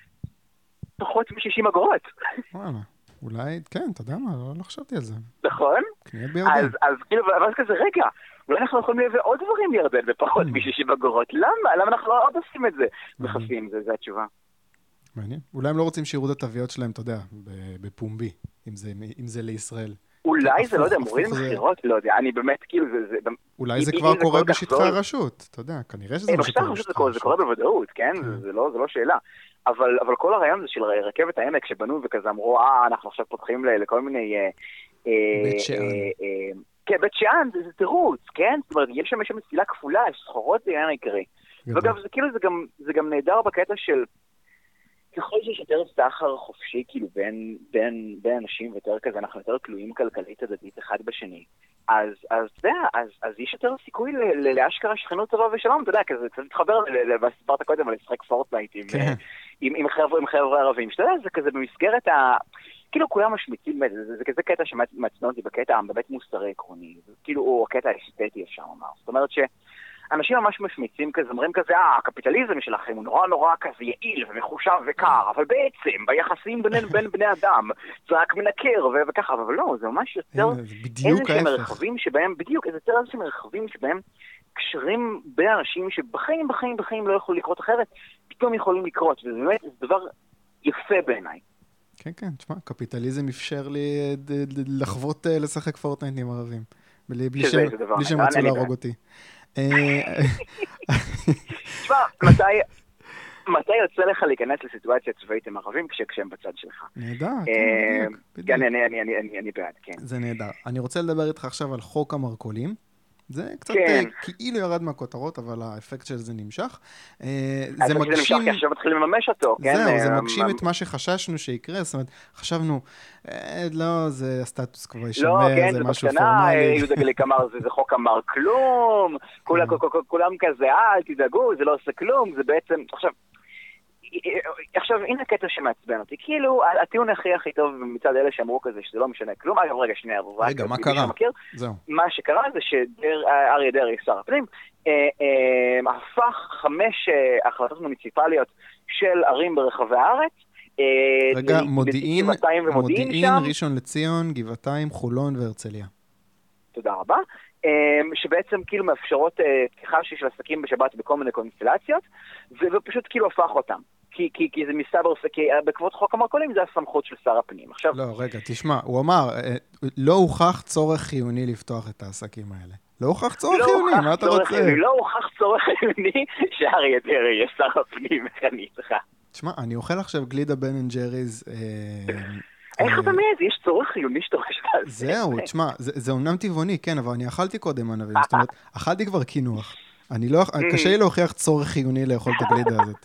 בפחות מ-שישים אגורות. וואלה, אולי, כן, אתה יודע מה, לא חשבתי על זה. נכון? קניית בירדן. אז כאילו, ואז כזה, רגע, אולי אנחנו יכולים לייבא עוד דברים בירדן בפחות מ-שישים אגורות. למה? למה אנחנו לא עוד עושים את זה? מחפים, זו התשובה. מעניין. אולי הם לא רוצים שיראו את התוויות שלהם, אתה יודע, בפומבי, אם זה לישראל. אולי זה, לא יודע, מוריד מחירות, לא יודע, אני באמת, כאילו, זה... אולי זה כבר קורה בשטחי הרשות, אתה יודע, כנראה שזה מה שקורה בשטחי הרשות. זה קורה בוודאות, כן? זה לא שאלה. אבל כל הרעיון זה של רכבת העמק שבנו וכזה אמרו, אה, אנחנו עכשיו פותחים לכל מיני... בית שאן. כן, בית שאן, זה תירוץ, כן? זאת אומרת, יש שם מסילה כפולה, יש סחורות זה עניין העיקרי. ואגב, זה כאילו, זה גם נהדר בקטע של... ככל שיש יותר סחר חופשי, כאילו, בין, בין, בין אנשים ויותר כזה, אנחנו יותר תלויים כלכלית הדדית אחד בשני. אז, אז, אתה יודע, אז, אז יש יותר סיכוי לאשכרה שכנות טובה ושלום, אתה יודע, כזה, קצת להתחבר, וספרת קודם, על לשחק פורטנייט עם, עם, עם חבר'ה, עם חבר'ה ערבים. שאתה יודע, זה כזה במסגרת ה... כאילו, כולם משמיצים, זה, זה כזה קטע שמעצבן אותי בקטע באמת מוסרי עקרוני. כאילו, הוא הקטע האסתטי, אפשר לומר. זאת אומרת ש... אנשים ממש משמיצים כזה, אומרים כזה, אה, הקפיטליזם שלכם הוא נורא נורא כזה יעיל ומחושב וקר, אבל בעצם, ביחסים בין, בין בני אדם, זה רק מנקר ו- וככה, אבל לא, זה ממש יותר איזה מרחבים שבהם, בדיוק, איזה יותר איזה מרחבים שבהם קשרים בין אנשים שבחיים, בחיים, בחיים לא יכולו לקרות אחרת, פתאום יכולים לקרות, וזה באמת, זה דבר יפה בעיניי. כן, כן, תשמע, קפיטליזם אפשר לי לחוות לשחק פורטנייט עם ערבים, בלי שהם רצו להרוג אותי. תשמע, מתי מתי יוצא לך להיכנס לסיטואציה צבאית עם ערבים כשהם בצד שלך? נהדר, כן, אני בעד, כן. זה נהדר. אני רוצה לדבר איתך עכשיו על חוק המרכולים. זה קצת כאילו ירד מהכותרות, אבל האפקט של זה נמשך. זה מגשים... כי עכשיו מתחילים לממש אותו, כן? זהו, זה מגשים את מה שחששנו שיקרה, זאת אומרת, חשבנו, לא, זה הסטטוס קוו ישמר, זה משהו פורמלי. יהודה גליק אמר, זה חוק אמר כלום, כולם כזה, אל תדאגו, זה לא עושה כלום, זה בעצם, עכשיו, עכשיו, הנה הקטע שמעצבן אותי, כאילו, הטיעון הכי הכי טוב מצד אלה שאמרו כזה שזה לא משנה כלום, אגב, רגע, שנייה, רגע, מה קרה? זהו. מה שקרה זה שאריה דרעי, שר הפנים, הפך חמש החלטות מוניציפליות של ערים ברחבי הארץ, רגע, מודיעין, מודיעין, ראשון לציון, גבעתיים, חולון והרצליה. תודה רבה. שבעצם כאילו מאפשרות פתיחה של עסקים בשבת בכל מיני קונסטלציות, ופשוט כאילו הפך אותם. כי, כי, כי זה מסתבר, כי בעקבות חוק המרכולים זה הסמכות של שר הפנים. עכשיו... לא, רגע, תשמע, הוא אמר, לא הוכח צורך חיוני לפתוח את העסקים האלה. לא הוכח צורך לא חיוני, מה אתה רוצה? חיוני, לא הוכח צורך חיוני שאריה דרעי יהיה שר הפנים, אני צריכה. תשמע, אני אוכל עכשיו גלידה בן אנד ג'ריז... איך אתה מעז? יש צורך חיוני שאתה חושב על זה. זהו, תשמע, זה אומנם טבעוני, כן, אבל אני אכלתי קודם ענבים, זאת אומרת, אכלתי כבר קינוח. קשה לי להוכיח צורך חיוני לאכול את הגלידה הזאת.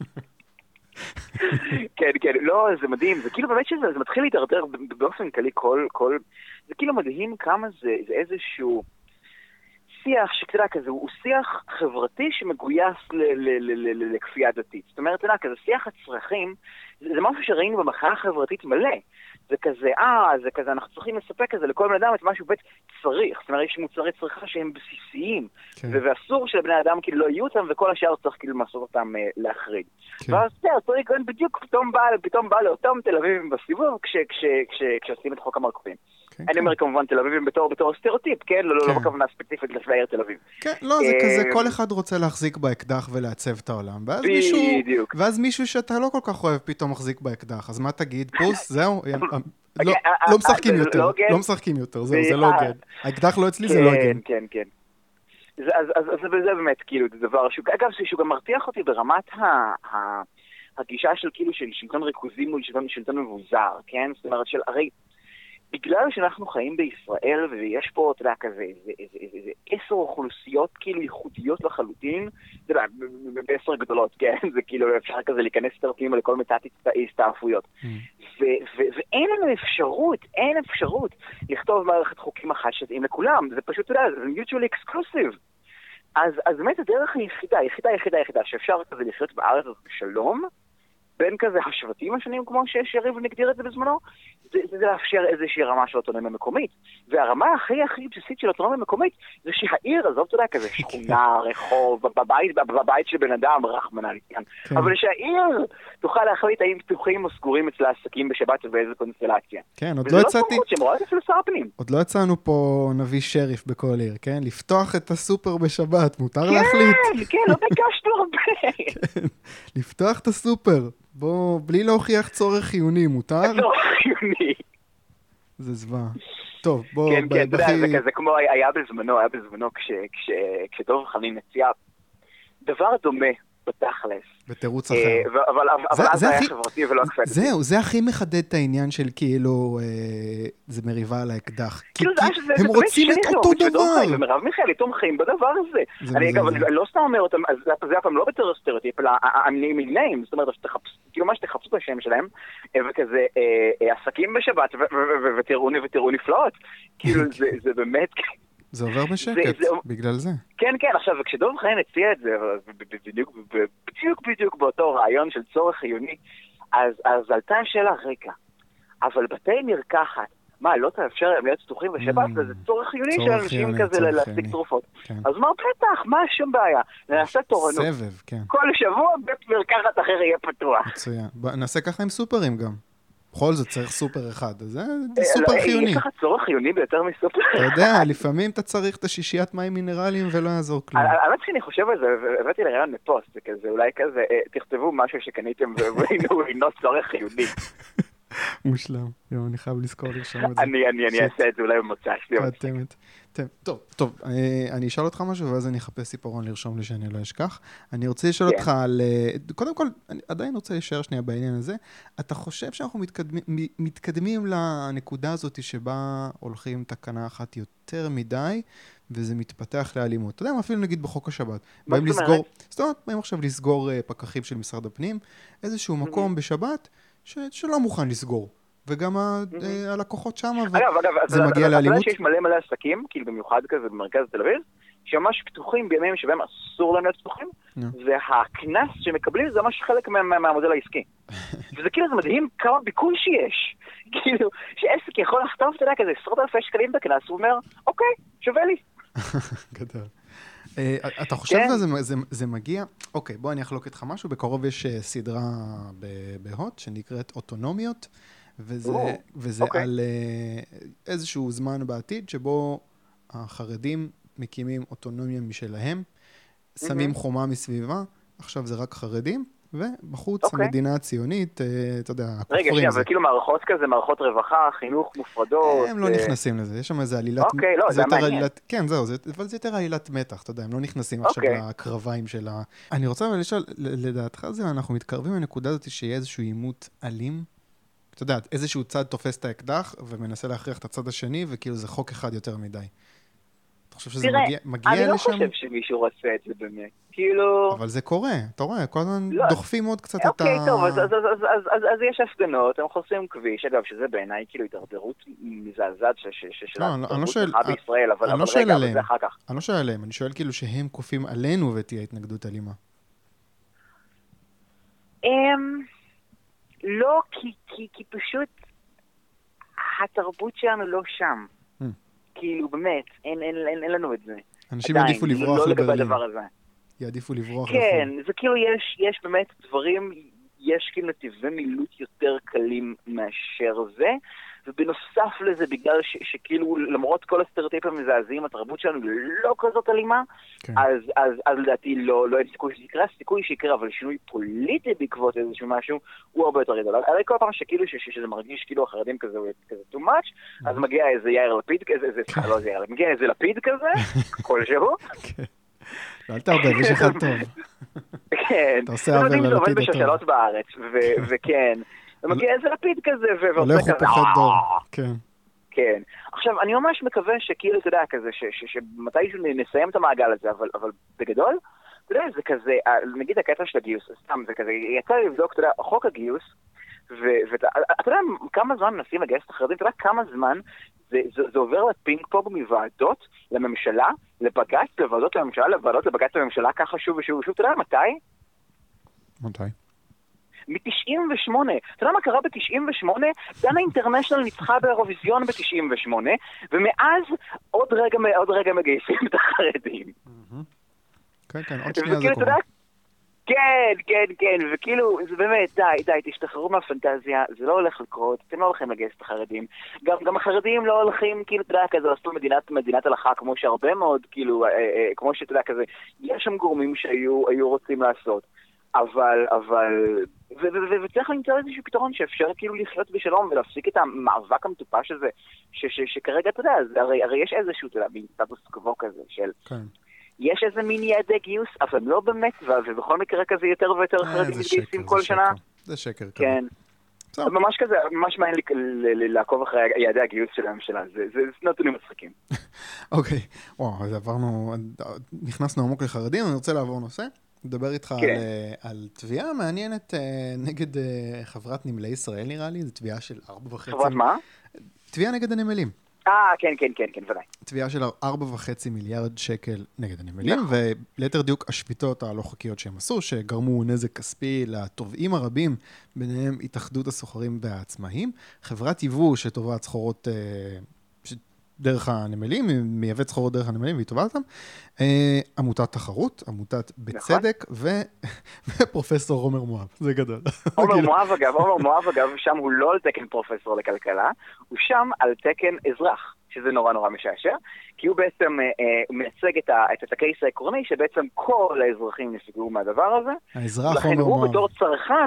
כן, כן, לא, זה מדהים, זה כאילו באמת שזה, זה מתחיל להתדרדר באופן כללי כל, כל, זה כאילו מדהים כמה זה, זה איזשהו שיח שכתלה כזה, הוא שיח חברתי שמגויס לכפייה דתית. זאת אומרת, כזה שיח הצרכים, זה משהו שראינו במחאה החברתית מלא. זה כזה, אה, זה כזה, אנחנו צריכים לספק כזה לכל בן אדם את משהו בית צריך. זאת אומרת, יש מוצרי צריכה שהם בסיסיים, כן. ואסור שלבני אדם כאילו לא יהיו אותם, וכל השאר צריך כאילו לעשות אותם אה, להחריג. כן. ואז זה, אותו היגיון בדיוק פתאום בא, פתאום בא לאותם תל אביבים בסיבוב, כש, כש, כש, כשעושים את חוק המרכולים. אני אומר כמובן תל אביבים בתור סטריאוטיפ, כן? לא בכוונה ספציפית לתושבי העיר תל אביב. כן, לא, זה כזה, כל אחד רוצה להחזיק באקדח ולעצב את העולם. ואז מישהו שאתה לא כל כך אוהב פתאום מחזיק באקדח. אז מה תגיד? פוס, זהו? לא משחקים יותר, לא משחקים יותר, זהו, זה לא הוגן. האקדח לא אצלי, זה לא הוגן. כן, כן. אז זה באמת, כאילו, זה דבר שהוא, אגב, שהוא גם מרתיח אותי ברמת הגישה של כאילו של שלטון ריכוזי מול שלטון מבוזר, כן? זאת אומרת של, הרי, בגלל שאנחנו חיים בישראל, ויש פה, אתה יודע, כזה, איזה עשר אוכלוסיות כאילו ייחודיות לחלוטין, אתה יודע, בעשר גדולות, כן? זה כאילו אפשר כזה להיכנס תרפים לכל מצאת הסתעפויות. ואין לנו אפשרות, אין אפשרות לכתוב מערכת חוקים אחת שתאים לכולם. זה פשוט, אתה יודע, זה mutually exclusive. אז באמת הדרך היחידה, היחידה, היחידה, היחידה, שאפשר כזה לחיות בארץ הזאת בשלום, בין כזה השבטים השונים, כמו שיריב נגדיר את זה בזמנו, זה, זה, זה לאפשר איזושהי רמה של אוטונומיה מקומית. והרמה הכי הכי בסיסית של אוטונומיה מקומית, זה שהעיר, עזוב, אתה יודע, כזה שכונה, רחוב, בבית, בבית של בן אדם, רחמנא ליצלן. אבל שהעיר תוכל להחליט האם פתוחים או סגורים אצלה עסקים בשבת ובאיזה קונסטלציה. כן, עוד לא יצאתי... וזה לא סמכות שמורדת אפילו שר הפנים. עוד לא יצאנו פה נביא שריף בכל עיר, כן? לפתוח את הסופר בשבת, מותר להחליט. כן, כן, לא ביקשנו הרבה. כן, לפתוח את הסופר. בוא, בלי להוכיח צורך חיוני, מותר? צורך חיוני. זה זווה. טוב, בוא... כן, כן, אתה יודע, זה כזה כמו היה בזמנו, היה בזמנו כשדוב חנין הציע דבר דומה בתכלס. בתירוץ אחר. אבל אז זה היה חברתי ולא הקפדתי. זהו, זה הכי מחדד את העניין של כאילו, זה מריבה על האקדח. כי הם רוצים את אותו דבר. ומרב מיכאלי תומכים בדבר הזה. אני אגב, אני לא סתם אומר אותם, זה אף פעם לא בתור סטריאוטיפ, אלא נעים, זאת אומרת, כאילו מה שתחפשו את השם שלהם, וכזה עסקים בשבת, ותראו נפלאות. כאילו, זה באמת... זה עובר בשקט, בגלל זה. כן, כן, עכשיו, וכשדוב חנין הציע את זה, בדיוק, בדיוק, בדיוק באותו רעיון של צורך חיוני, אז עלתה שאלה, רגע, אבל בתי מרקחת, מה, לא תאפשר להם להיות פתוחים בשבת, וזה צורך חיוני של אנשים כזה להשיג תרופות. אז מה, בטח, מה שום בעיה? נעשה תורנות. סבב, כן. כל שבוע בית מרקחת אחר יהיה פתוח. מצוין. נעשה ככה עם סופרים גם. בכל זאת צריך סופר אחד, אז זה סופר חיוני. יש לך צורך חיוני ביותר מסופר אחד. אתה יודע, לפעמים אתה צריך את השישיית מים מינרליים ולא יעזור כלום. האמת שאני חושב על זה, הבאתי לרעיון מפוסט, זה כזה, אולי כזה, תכתבו משהו שקניתם והוא אינו צורך חיוני. מושלם. יום, אני חייב לזכור לרשום את זה. אני אעשה את זה אולי במוצא שלי. טוב, טוב, אני אשאל אותך משהו, ואז אני אחפש סיפורון לרשום לי שאני לא אשכח. אני רוצה לשאול אותך על... קודם כל, אני עדיין רוצה להישאר שנייה בעניין הזה. אתה חושב שאנחנו מתקדמים לנקודה הזאת שבה הולכים תקנה אחת יותר מדי, וזה מתפתח לאלימות? אתה יודע, אפילו נגיד בחוק השבת. באים לסגור... זאת אומרת, באים עכשיו לסגור פקחים של משרד הפנים, איזשהו מקום בשבת, שלא מוכן לסגור. וגם הלקוחות שם, וזה מגיע לאלימות. אגב, שיש מלא מלא עסקים, כאילו במיוחד כזה במרכז תל אביב, שממש פתוחים בימים שבהם אסור להם להיות פתוחים, והכנס שמקבלים זה ממש חלק מהמודל העסקי. וזה כאילו, זה מדהים כמה ביקוש שיש. כאילו, שעסק יכול לחטוף, אתה יודע, כזה עשרות אלפי שקלים בכנס, הוא אומר, אוקיי, שווה לי. גדול. אתה חושב שזה מגיע? אוקיי, בוא אני אחלוק איתך משהו. בקרוב יש סדרה בהוט שנקראת אוטונומיות, וזה על איזשהו זמן בעתיד שבו החרדים מקימים אוטונומיה משלהם, שמים חומה מסביבה, עכשיו זה רק חרדים, ובחוץ המדינה הציונית, אתה יודע, רגע, שנייה, אבל כאילו מערכות כזה, מערכות רווחה, חינוך מופרדות. הם לא נכנסים לזה, יש שם איזה עלילת... אוקיי, לא, זה מעניין. כן, זהו, אבל זה יותר עלילת מתח, אתה יודע, הם לא נכנסים עכשיו לקרביים של ה... אני רוצה אבל לשאול, לדעתך זה, אנחנו מתקרבים לנקודה הזאת שיהיה איזשהו עימות אלים, אתה יודע, איזשהו צד תופס את האקדח ומנסה להכריח את הצד השני, וכאילו זה חוק אחד יותר מדי. אתה חושב שזה מגיע, מגיע לשם? אני לא חושב שמישהו רוצה את זה באמת. כאילו... אבל זה קורה, אתה רואה, כל הזמן דוחפים עוד קצת את ה... אוקיי, טוב, אז יש הפגנות, הם חוסמים כביש, אגב, שזה בעיניי כאילו התדרדרות מזעזעת של התרבות שלך בישראל, אבל רגע, אבל זה אחר כך. אני לא שואל עליהם, אני שואל כאילו שהם כופים עלינו ותהיה התנגדות אלימה. לא, כי פשוט התרבות שלנו לא שם. כאילו, באמת, אין לנו את זה. אנשים יעדיפו לברוח לברלין. יעדיפו לברוח. כן, זה כאילו יש באמת דברים יש כאילו נתיבי מילוט יותר קלים מאשר זה, ובנוסף לזה, בגלל ש, שכאילו למרות כל הסטריאוטיפים המזעזעים, התרבות שלנו לא כזאת אלימה, כן. אז, אז, אז לדעתי לא, לא אין סיכוי שיקרה, סיכוי שיקרה, אבל שינוי פוליטי בעקבות איזשהו משהו, הוא הרבה יותר גדול. הרי כל פעם שכאילו ש, ש, שזה מרגיש כאילו החרדים כזה, כזה too much, mm-hmm. אז מגיע איזה יאיר לפיד כזה, זה, כן. לא זה יאיר, מגיע איזה לפיד כזה, כלשהו. כן. אל תערבב, יש אחד טוב. כן. אתה עושה עוול ללפיד הטוב. זה עובד הטוב. בשושלות בארץ, וכן. ומגיע איזה לפיד כזה, הולך הוא פוחד דור, כן. כן. עכשיו, אני ממש מקווה שכאילו, אתה יודע, כזה, שמתישהו נסיים את המעגל הזה, אבל בגדול, אתה יודע, זה כזה, נגיד הקטע של הגיוס, סתם, זה כזה, יצא לי לבדוק, אתה יודע, חוק הגיוס, ואתה יודע כמה זמן מנסים לגייס את החרדים, אתה יודע כמה זמן זה עובר לפינג פונג מוועדות לממשלה, לבג"ץ, לוועדות לממשלה, לוועדות לבג"ץ לממשלה, ככה שוב ושוב ושוב, אתה יודע מתי? מתי? מ-תשעים ושמונה. אתה יודע מה קרה ב-תשעים ושמונה? דנה אינטרנשיונל ניצחה באירוויזיון ב-תשעים ושמונה, ומאז עוד רגע, עוד רגע מגייסים את החרדים. כן, כן, עוד שנייה זה קורה. כן, כן, כן, וכאילו, זה באמת, די, די, תשתחררו מהפנטזיה, זה לא הולך לקרות, אתם לא הולכים לגייס את החרדים. גם, גם החרדים לא הולכים, כאילו, אתה יודע, כזה, לעשות מדינת, מדינת הלכה, כמו שהרבה מאוד, כאילו, אה, אה, כמו שאתה יודע, כזה, יש שם גורמים שהיו, היו רוצים לעשות. אבל, אבל, וצריך למצוא איזשהו פתרון שאפשר כאילו לחיות בשלום ולהפסיק את המאבק המטופש הזה, שכרגע, אתה יודע, הרי יש איזשהו, אתה יודע, מין סטטוס קוו כזה של... יש איזה מין יעדי גיוס, אבל לא באמת, ובכל מקרה כזה יותר ויותר חרדים מתגייסים כל שנה. זה שקר. כן. ממש כזה, ממש מעניין לעקוב אחרי יעדי הגיוס של הממשלה, זה נתונים מצחיקים. אוקיי, וואו, אז עברנו, נכנסנו עמוק לחרדים, אני רוצה לעבור נושא. מדבר איתך על, על תביעה מעניינת נגד חברת נמלי ישראל, נראה לי, זו תביעה של ארבע וחצי... חברת מה? תביעה נגד הנמלים. אה, כן, כן, כן, כן, ודאי. תביעה של ארבע וחצי מיליארד שקל נגד הנמלים, וליתר דיוק השביתות הלא חוקיות שהם עשו, שגרמו נזק כספי לתובעים הרבים, ביניהם התאחדות הסוחרים והעצמאים, חברת יבוא שתובעת סחורות... דרך הנמלים, היא מייבאת סחורות דרך הנמלים, והיא תובעת אותם. עמותת תחרות, עמותת בצדק, ופרופסור עומר מואב. זה גדול. עומר מואב, אגב, עומר מואב, אגב, שם הוא לא על תקן פרופסור לכלכלה, הוא שם על תקן אזרח, שזה נורא נורא משעשע, כי הוא בעצם מייצג את הקייס העקרוני, שבעצם כל האזרחים נפגעו מהדבר הזה. האזרח עומר מואב. הוא בתור צרכן,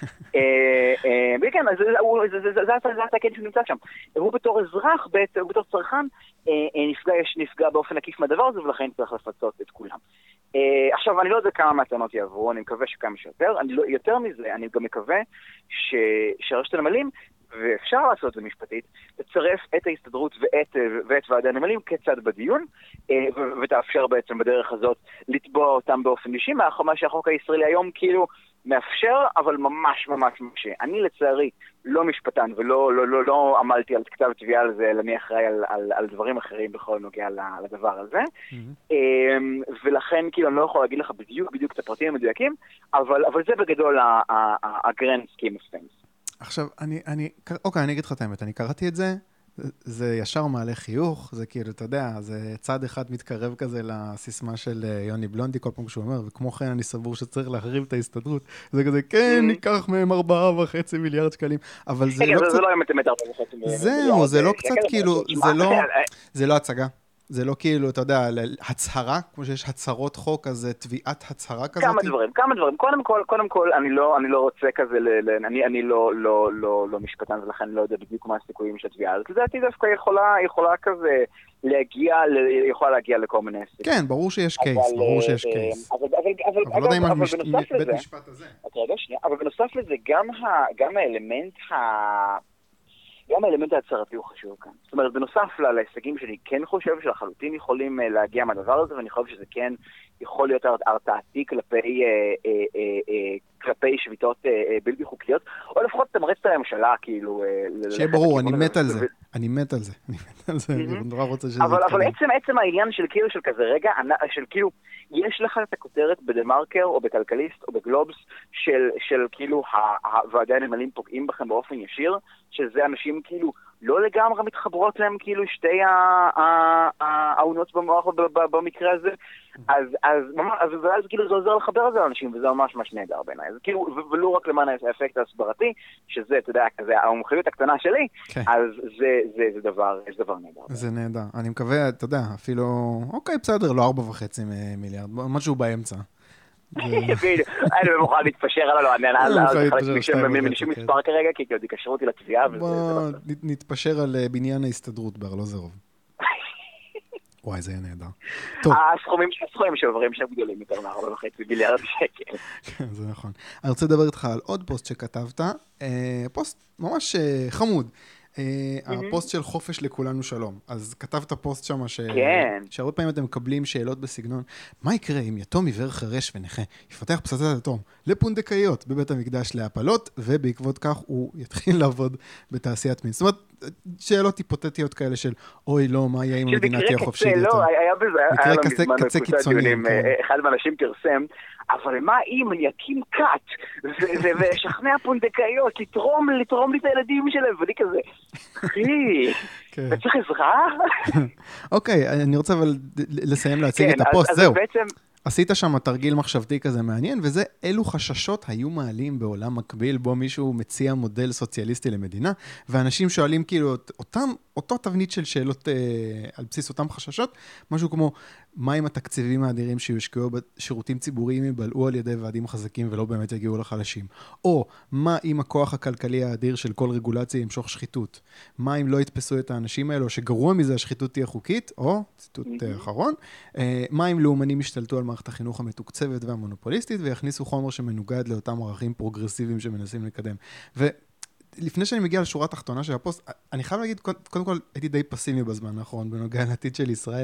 וכן, זה התקן שהוא נמצא שם. הוא בתור אזרח, הוא בתור צרכן, נפגע באופן עקיף מהדבר הזה, ולכן צריך לפצות את כולם. עכשיו, אני לא יודע כמה מהטענות יעברו, אני מקווה שכמה שיותר. יותר מזה, אני גם מקווה שרשת הנמלים, ואפשר לעשות את זה משפטית, לצרף את ההסתדרות ואת, ואת ועדי הנמלים כצד בדיון, ותאפשר בעצם בדרך הזאת לתבוע אותם באופן אישי, מה שהחוק הישראלי היום כאילו מאפשר, אבל ממש ממש ממש. אני לצערי לא משפטן, ולא לא, לא, לא עמלתי על כתב תביעה על זה, אלא אני אחראי על, על, על דברים אחרים בכל נוגע לדבר הזה. Mm-hmm. ולכן כאילו אני לא יכול להגיד לך בדיוק בדיוק את הפרטים המדויקים, אבל, אבל זה בגדול ה-grand scheme of things. עכשיו, אני, אני, אוקיי, אני אגיד לך את האמת, אני קראתי את זה, זה ישר מעלה חיוך, זה כאילו, אתה יודע, זה צד אחד מתקרב כזה לסיסמה של יוני בלונדי, כל פעם שהוא אומר, וכמו כן אני סבור שצריך להחריב את ההסתדרות, זה כזה, כן, ניקח מהם ארבעה וחצי מיליארד שקלים, אבל זה לא קצת... זה לא באמת אמת ארבעה וחצי מיליארד. זהו, זה לא קצת כאילו, זה לא הצגה. זה לא כאילו, אתה יודע, הצהרה, כמו שיש הצהרות חוק, אז תביעת הצהרה כזאת? כמה דברים, כמה דברים. קודם כל, קודם כל, אני לא, אני לא רוצה כזה, אני, אני לא, לא, לא, לא משפטן, ולכן לא יודע בדיוק מה הסיכויים של התביעה. אז לדעתי דווקא יכולה, יכולה כזה להגיע, יכולה להגיע לכל מיני סיכויים. כן, ברור שיש קייס, ברור שיש קייס. אבל, אבל, אבל, אבל לא יודע אם בית משפט הזה. רגע, שנייה, אבל בנוסף לזה, גם ה, גם האלמנט ה... גם האלמנט ההצהרתי הוא חשוב כאן. זאת אומרת, בנוסף להישגים שאני כן חושב שלחלוטין יכולים להגיע מהדבר הזה, ואני חושב שזה כן יכול להיות הרתעתי כלפי, כלפי שביתות בלתי חוקיות, או לפחות תמרץ את הממשלה, כאילו... שיהיה ברור, אני מת על זה. אני מת על זה. אני מת על זה, אני נורא רוצה שזה יתקדם. אבל עצם, עצם העניין של כאילו, של כזה רגע, של כאילו, יש לך את הכותרת בדמרקר, או בכלכליסט, או בגלובס, של, של כאילו, הוועדי הנמלים פוגעים בכם באופן ישיר, שזה אנשים כאילו לא לגמרי מתחברות להם כאילו שתי העונות במוח במקרה הזה, אז ואז כאילו זה עוזר לחבר את זה לאנשים, וזה ממש ממש נהדר בעיניי. ולא רק למען האפקט ההסברתי, שזה, אתה יודע, המומחיות הקטנה שלי, אז זה דבר נהדר. זה נהדר. אני מקווה, אתה יודע, אפילו, אוקיי, בסדר, לא ארבע וחצי מיליארד, משהו באמצע. אני מוכן להתפשר על הלא, אני מנישים מספר כרגע, כי עוד יקשרו אותי לתביעה. בוא נתפשר על בניין ההסתדרות בארלוזרוב. וואי, זה יהיה נהדר. הסכומים שעוברים שם גדולים יותר מארבע וחצי מיליארד שקל. כן, זה נכון. אני רוצה לדבר איתך על עוד פוסט שכתבת, פוסט ממש חמוד. הפוסט של חופש לכולנו שלום. אז כתבת פוסט שם שהרבה פעמים אתם מקבלים שאלות בסגנון, מה יקרה אם יתום עיוור חרש ונכה יפתח פצצת אטום לפונדקאיות בבית המקדש להפלות, ובעקבות כך הוא יתחיל לעבוד בתעשיית מין. זאת אומרת, שאלות היפותטיות כאלה של, אוי לא, מה יהיה אם המדינה תהיה חופשית יותר? לא, היה בזה, היה לו מזמן קצה קיצוניים, אחד מהאנשים פרסם, אבל מה אם אני אקים קאט ושכנע פונדקאיות לתרום, לתרום לי את הילדים שלהם, ואני כזה, אחי, אתה צריך עזרה? אוקיי, אני רוצה אבל לסיים להציג את הפוסט, זהו. עשית שם תרגיל מחשבתי כזה מעניין, וזה אילו חששות היו מעלים בעולם מקביל, בו מישהו מציע מודל סוציאליסטי למדינה, ואנשים שואלים כאילו אותם, אותו תבנית של שאלות אה, על בסיס אותם חששות, משהו כמו, מה עם התקציבים האדירים שיושקעו בשירותים ציבוריים יבלעו על ידי ועדים חזקים ולא באמת יגיעו לחלשים? או, מה עם הכוח הכלכלי האדיר של כל רגולציה ימשוך שחיתות? מה אם לא יתפסו את האנשים האלו, שגרוע מזה השחיתות תהיה חוקית? או, ציטוט אחרון, אה, מה אם לאומנים ישתלטו על מערכת החינוך המתוקצבת והמונופוליסטית, ויכניסו חומר שמנוגד לאותם ערכים פרוגרסיביים שמנסים לקדם. ולפני שאני מגיע לשורה התחתונה של הפוסט, אני חייב להגיד, קודם כל, הייתי די פסימי בזמן האחרון, בנוגע לעתיד של ישראל,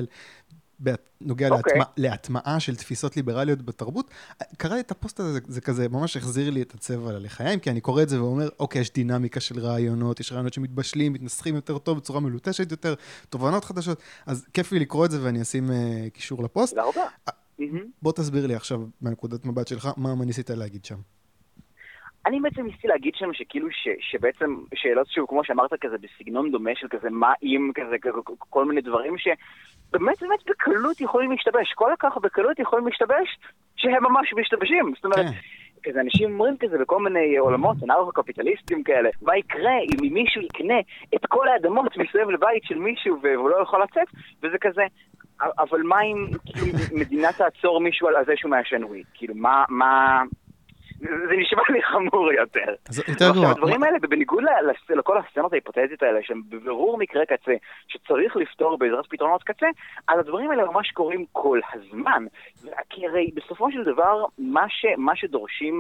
בנוגע okay. להטמעה של תפיסות ליברליות בתרבות. קראתי את הפוסט הזה, זה, זה כזה, ממש החזיר לי את הצבע לחיים, כי אני קורא את זה ואומר, אוקיי, יש דינמיקה של רעיונות, יש רעיונות שמתבשלים, מתנסחים יותר טוב, בצורה מלוטשת יותר, תובנות חדשות, אז כיף לי לקרוא את זה ואני אשים uh, קישור לפוסט. תודה רבה. בוא תסביר לי עכשיו, בנקודת מבט שלך, מה ניסית להגיד שם? אני בעצם ניסיתי להגיד שם שכאילו ש, שבעצם שאלות שהוא כמו שאמרת כזה בסגנון דומה של כזה מה אם כזה כל מיני דברים שבאמת באמת בקלות יכולים להשתבש, כל כך בקלות יכולים להשתבש שהם ממש משתבשים, זאת אומרת okay. כזה אנשים אומרים כזה בכל מיני עולמות אנרכו-קפיטליסטים כאלה, מה יקרה אם מישהו יקנה את כל האדמות מסביב לבית של מישהו והוא לא יכול לצאת, וזה כזה אבל מה אם כאילו, מדינה תעצור מישהו על זה שהוא מעשן וויד, כאילו מה מה זה נשמע לי חמור יותר. עכשיו, הדברים האלה, בניגוד לכל הסצנות ההיפותטיות האלה, שהם בבירור מקרה קצה, שצריך לפתור בעזרת פתרונות קצה, אז הדברים האלה ממש קורים כל הזמן. כי הרי בסופו של דבר, מה שדורשים,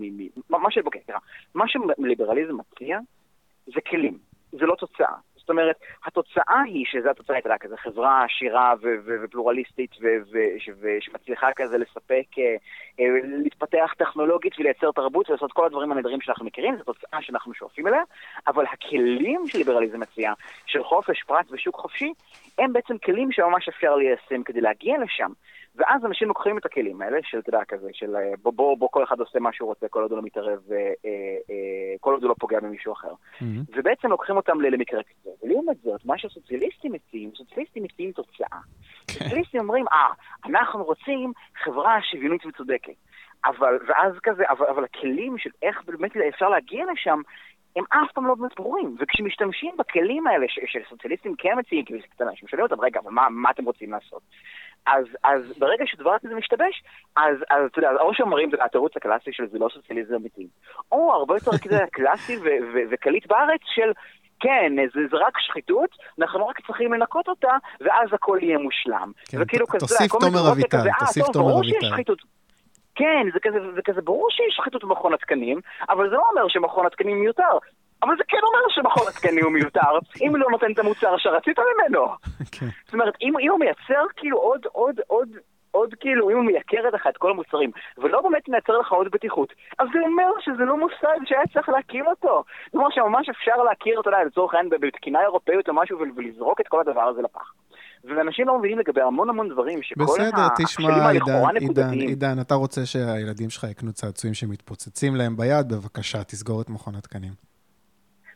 מה שליברליזם מציע, זה כלים, זה לא תוצאה. זאת אומרת, התוצאה היא שזו התוצאה הייתה כזה חברה עשירה ופלורליסטית ושמצליחה כזה לספק, להתפתח טכנולוגית ולייצר תרבות ולעשות כל הדברים הנדרים שאנחנו מכירים, זו תוצאה שאנחנו שואפים אליה, אבל הכלים של ליברליזם מציע, של חופש, פרט ושוק חופשי, הם בעצם כלים שממש אפשר ליישם כדי להגיע לשם. ואז אנשים לוקחים את הכלים האלה, של תדע כזה, של בוא, בוא, בוא כל אחד עושה מה שהוא רוצה, כל עוד הוא לא מתערב, אה, אה, כל עוד הוא לא פוגע במישהו אחר. Mm-hmm. ובעצם לוקחים אותם למקרה כזה. ולעומת זאת, מה שהסוציאליסטים מציעים, סוציאליסטים מציעים תוצאה. סוציאליסטים אומרים, אה, אנחנו רוצים חברה שוויונית וצודקת. אבל, ואז כזה, אבל, אבל הכלים של איך באמת אפשר להגיע לשם, הם אף פעם לא באמת ברורים. וכשמשתמשים בכלים האלה שסוציאליסטים כן מציעים, כי זה קטנה, שמשאלים אותם, רגע, אבל מה, מה אתם רוצים לעשות? אז, אז ברגע שדבר כזה משתבש, אז, אז אתה יודע, או שאומרים, זה התירוץ הקלאסי של זה לא סוציאליזם אמיתי, או הרבה יותר כזה קלאסי וקליט בארץ של, כן, זה, זה רק שחיתות, אנחנו רק צריכים לנקות אותה, ואז הכל יהיה מושלם. כן, תוסיף תומר אביטל, תוסיף תומר אביטל. כן, זה כזה, זה כזה ברור שיש שחיתות במכון התקנים, אבל זה לא אומר שמכון התקנים מיותר. אבל זה כן אומר שמכון התקנים הוא מיותר, אם הוא לא נותן את המוצר שרצית ממנו. זאת אומרת, אם הוא מייצר כאילו עוד, עוד, עוד, עוד כאילו, אם הוא מייקר לך את כל המוצרים, ולא באמת מייצר לך עוד בטיחות, אז זה אומר שזה לא מושג שהיה צריך להכיר אותו. זאת אומרת שממש אפשר להכיר אותו, לצורך העניין, בתקינה אירופאית או משהו, ולזרוק את כל הדבר הזה לפח. ואנשים לא מבינים לגבי המון המון דברים, שכל בסדר, תשמע, עידן, עידן, עידן, אתה רוצה שהילדים שלך יקנו צעצועים שמתפוצצים להם ביד, בבקשה, תסגור את מכון התקנים.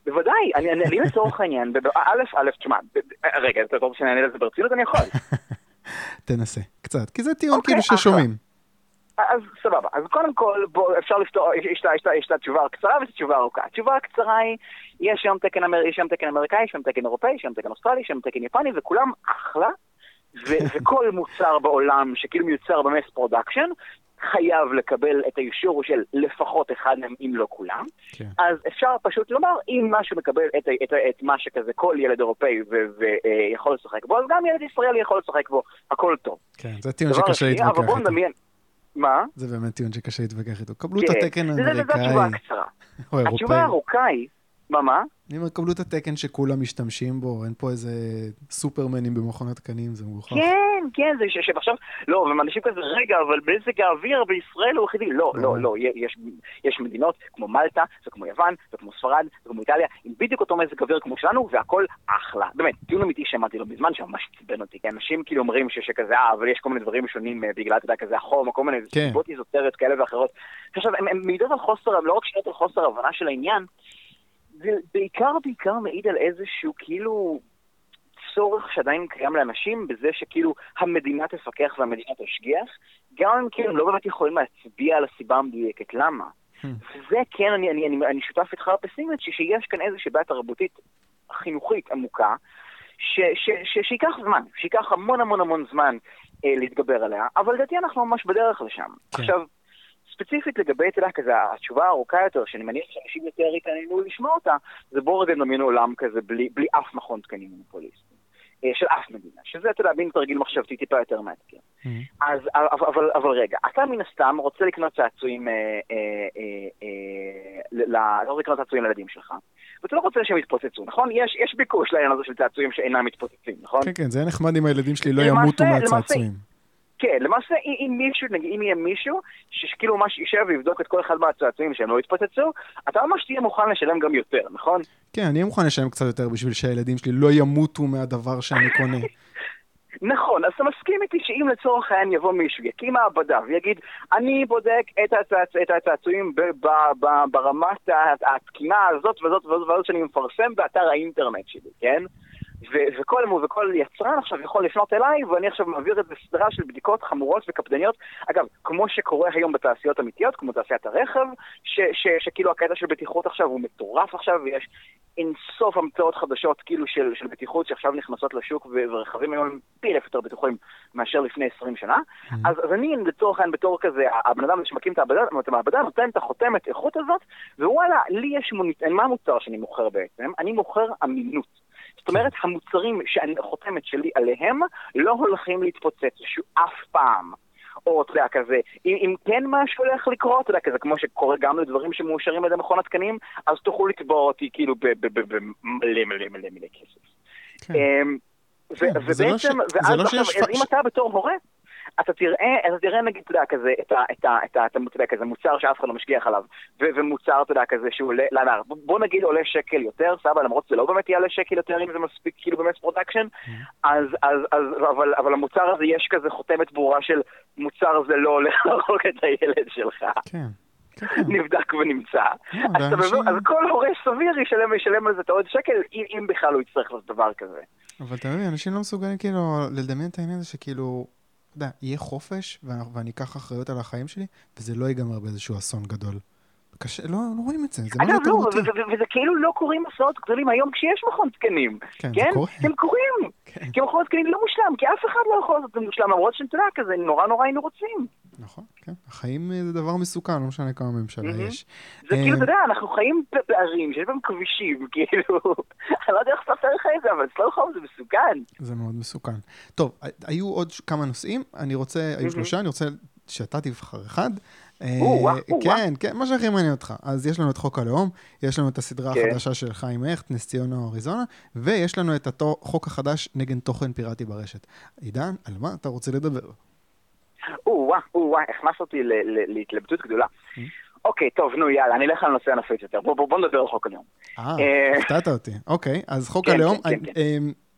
בוודאי, אני לצורך העניין, א', א', תשמע, רגע, אתה רוצה שנענה לזה ברצינות? אני יכול. תנסה, קצת, כי זה טיעון כאילו ששומעים. אז סבבה, אז קודם כל, אפשר לפתור, יש לה תשובה קצרה ויש תשובה ארוכה. התשובה הקצרה היא, יש שם תקן אמריקאי, יש שם תקן אירופאי, יש שם תקן אוסטרלי, יש שם תקן יפני, וכולם אחלה, וכל מוצר בעולם שכאילו מיוצר במס פרודקשן, חייב לקבל את האישור של לפחות אחד מהם, אם לא כולם. כן. אז אפשר פשוט לומר, אם משהו מקבל את, את, את מה שכזה כל ילד אירופאי ויכול לשחק בו, אז גם ילד ישראלי יכול לשחק בו, הכל טוב. כן, זה טיעון שקשה להתווכח איתו. נדמיין... מה? זה באמת טיעון שקשה להתווכח איתו. קבלו כן. את התקן האמריקאי. זה, זה, זה התשובה הקצרה. התשובה הארוכה היא, מה מה? אני אומר, קבלו את התקן שכולם משתמשים בו, אין פה איזה סופרמנים במכון התקנים, זה מוכח. כן, כן, זה שעכשיו, לא, ומאנשים כזה, רגע, אבל מזג האוויר בישראל הוא יחידי, לא, לא, לא, יש, יש מדינות כמו מלטה, וכמו יוון, וכמו ספרד, וכמו איטליה, עם בדיוק אותו מזג האוויר כמו שלנו, והכל אחלה. באמת, טיעון אמיתי שמעתי לו בזמן שממש ציבן אותי, כי אנשים כאילו אומרים שכזה, אה, אבל יש כל מיני דברים שונים בגלל, אתה יודע, כזה החום, כל מיני סיבות איזוטריות כאלה ואחרות. עכשיו, הם מעידות על חוסר, לא רק שעידות על חוסר הבנה של העניין, זה בעיקר בעיקר מעיד על איזשהו כאילו צורך שעדיין קיים לאנשים בזה שכאילו המדינה תפקח והמדינה תשגיח, גם אם כאילו הם לא באמת יכולים להצביע על הסיבה המדויקת. למה? וזה כן, אני, אני, אני, אני שותף איתך בפסימית, שיש כאן איזושהי בעיה תרבותית חינוכית עמוקה, ש, ש, ש, שיקח זמן, שיקח המון המון המון זמן אה, להתגבר עליה, אבל לדעתי אנחנו ממש בדרך לשם. כן. עכשיו, ספציפית לגבי תדע כזה, התשובה הארוכה יותר, שאני מניח שאנשים יותר התעניינו לשמוע אותה, זה בואו רגע נאמין עולם כזה בלי, בלי אף מכון תקנים מונופוליסטי, של אף מדינה, שזה, אתה יודע, בין תרגיל מחשבתי טיפה יותר מאתגר. אז, אבל, אבל, אבל רגע, אתה מן הסתם רוצה לקנות צעצועים, אה, אה, אה, אה, לא לקנות צעצועים לילדים שלך, ואתה לא רוצה שהם יתפוצצו, נכון? יש, יש ביקוש לעניין הזה של צעצועים שאינם מתפוצצים, נכון? כן, כן, זה נחמד אם הילדים שלי לא ימותו מהצעצועים. כן, למעשה, אם מישהו, נגיד, אם יהיה מישהו, שכאילו ממש יישב ויבדוק את כל אחד מהצעצועים שהם לא יתפוצצו, אתה ממש תהיה מוכן לשלם גם יותר, נכון? כן, אני אהיה מוכן לשלם קצת יותר בשביל שהילדים שלי לא ימותו מהדבר שאני קונה. נכון, אז אתה מסכים איתי שאם לצורך העניין יבוא מישהו, יקים מעבדה ויגיד, אני בודק את, הצעצ... את הצעצועים ב... ב... ב... ברמת התקינה הזאת וזאת וזאת וזאת שאני מפרסם באתר האינטרנט שלי, כן? ו- וכל, וכל יצרן עכשיו יכול לפנות אליי, ואני עכשיו מעביר את בסדרה של בדיקות חמורות וקפדניות. אגב, כמו שקורה היום בתעשיות אמיתיות, כמו תעשיית הרכב, ש- ש- שכאילו הקטע של בטיחות עכשיו הוא מטורף עכשיו, ויש אינסוף המצאות חדשות כאילו של, של בטיחות שעכשיו נכנסות לשוק, ו- ורכבים היום פי אלף יותר בטוחים מאשר לפני עשרים שנה. Mm-hmm. אז, אז אני לצורך העניין בתור כזה, הבן אדם שמקים את המעבדה, נותן את החותמת איכות הזאת, ווואלה, לי יש מוניט, מה המוצר שאני מוכר בעצם? אני מוכר אמינות. זאת אומרת, המוצרים שהחותמת שלי עליהם לא הולכים להתפוצץ אף פעם. או, אתה יודע, כזה, אם, אם כן משהו הולך לקרות, אתה יודע, כזה, כמו שקורה גם לדברים שמאושרים על ידי מכון התקנים, אז תוכלו לתבוע אותי כאילו במלא מלא מלא מלא כסף. ובעצם, ואז עכשיו, אם אתה בתור הורה, אתה תראה, אתה תראה נגיד, אתה יודע, כזה, את ה, את ה, את ה, אתה יודע, כזה מוצר שאף אחד לא משגיח עליו, ומוצר, אתה יודע, כזה, שהוא עולה, לא, לא, בוא נגיד עולה שקל יותר, סבא, למרות זה לא באמת יעלה שקל יותר, אם זה מספיק, כאילו, במס פרודקשן, אז, אז, אז, אבל, אבל המוצר הזה יש כזה חותמת ברורה של מוצר הזה לא הולך להרוג את הילד שלך. כן. נבדק ונמצא. אז כל הורה סביר ישלם על זה את עוד שקל, אם בכלל הוא יצטרך לעשות דבר כזה. אבל אתה מבין, אנשים לא מסוגלים כאילו לדמיין את העניין הזה שכאילו אתה יודע, יהיה חופש, ואני אקח אחריות על החיים שלי, וזה לא ייגמר באיזשהו אסון גדול. קשה, לא, לא רואים את זה, זה אגב, לא, וזה, וזה כאילו לא קוראים אסונות גדולים היום כשיש מכון תקנים. כן, כן? זה קורה. הם קוראים. כן. כי מכון תקנים לא מושלם, כי אף אחד לא יכול לעשות את זה מושלם, למרות שאתה יודע, כזה נורא נורא היינו רוצים. נכון, כן. החיים זה דבר מסוכן, לא משנה כמה ממשלה יש. זה כאילו, אתה יודע, אנחנו חיים בערים, שיש בהם כבישים, כאילו, אני לא יודע איך לספר לך את זה, אבל אצלו חום זה מסוכן. זה מאוד מסוכן. טוב, היו עוד כמה נושאים, אני רוצה, היו שלושה, אני רוצה שאתה תבחר אחד. כן, כן, מה שהכי מעניין אותך. אז יש לנו את חוק הלאום, יש לנו את הסדרה החדשה של חיים הכט, נס ציונה אריזונה, ויש לנו את החוק החדש נגד תוכן פיראטי ברשת. עידן, על מה אתה רוצה לדבר? או-אה, או-אה, הכנס אותי להתלבטות גדולה. אוקיי, טוב, נו, יאללה, אני אלך על נושא הנפיץ יותר. בוא נדבר על חוק הלאום. אה, הפתעת אותי. אוקיי, אז חוק הלאום,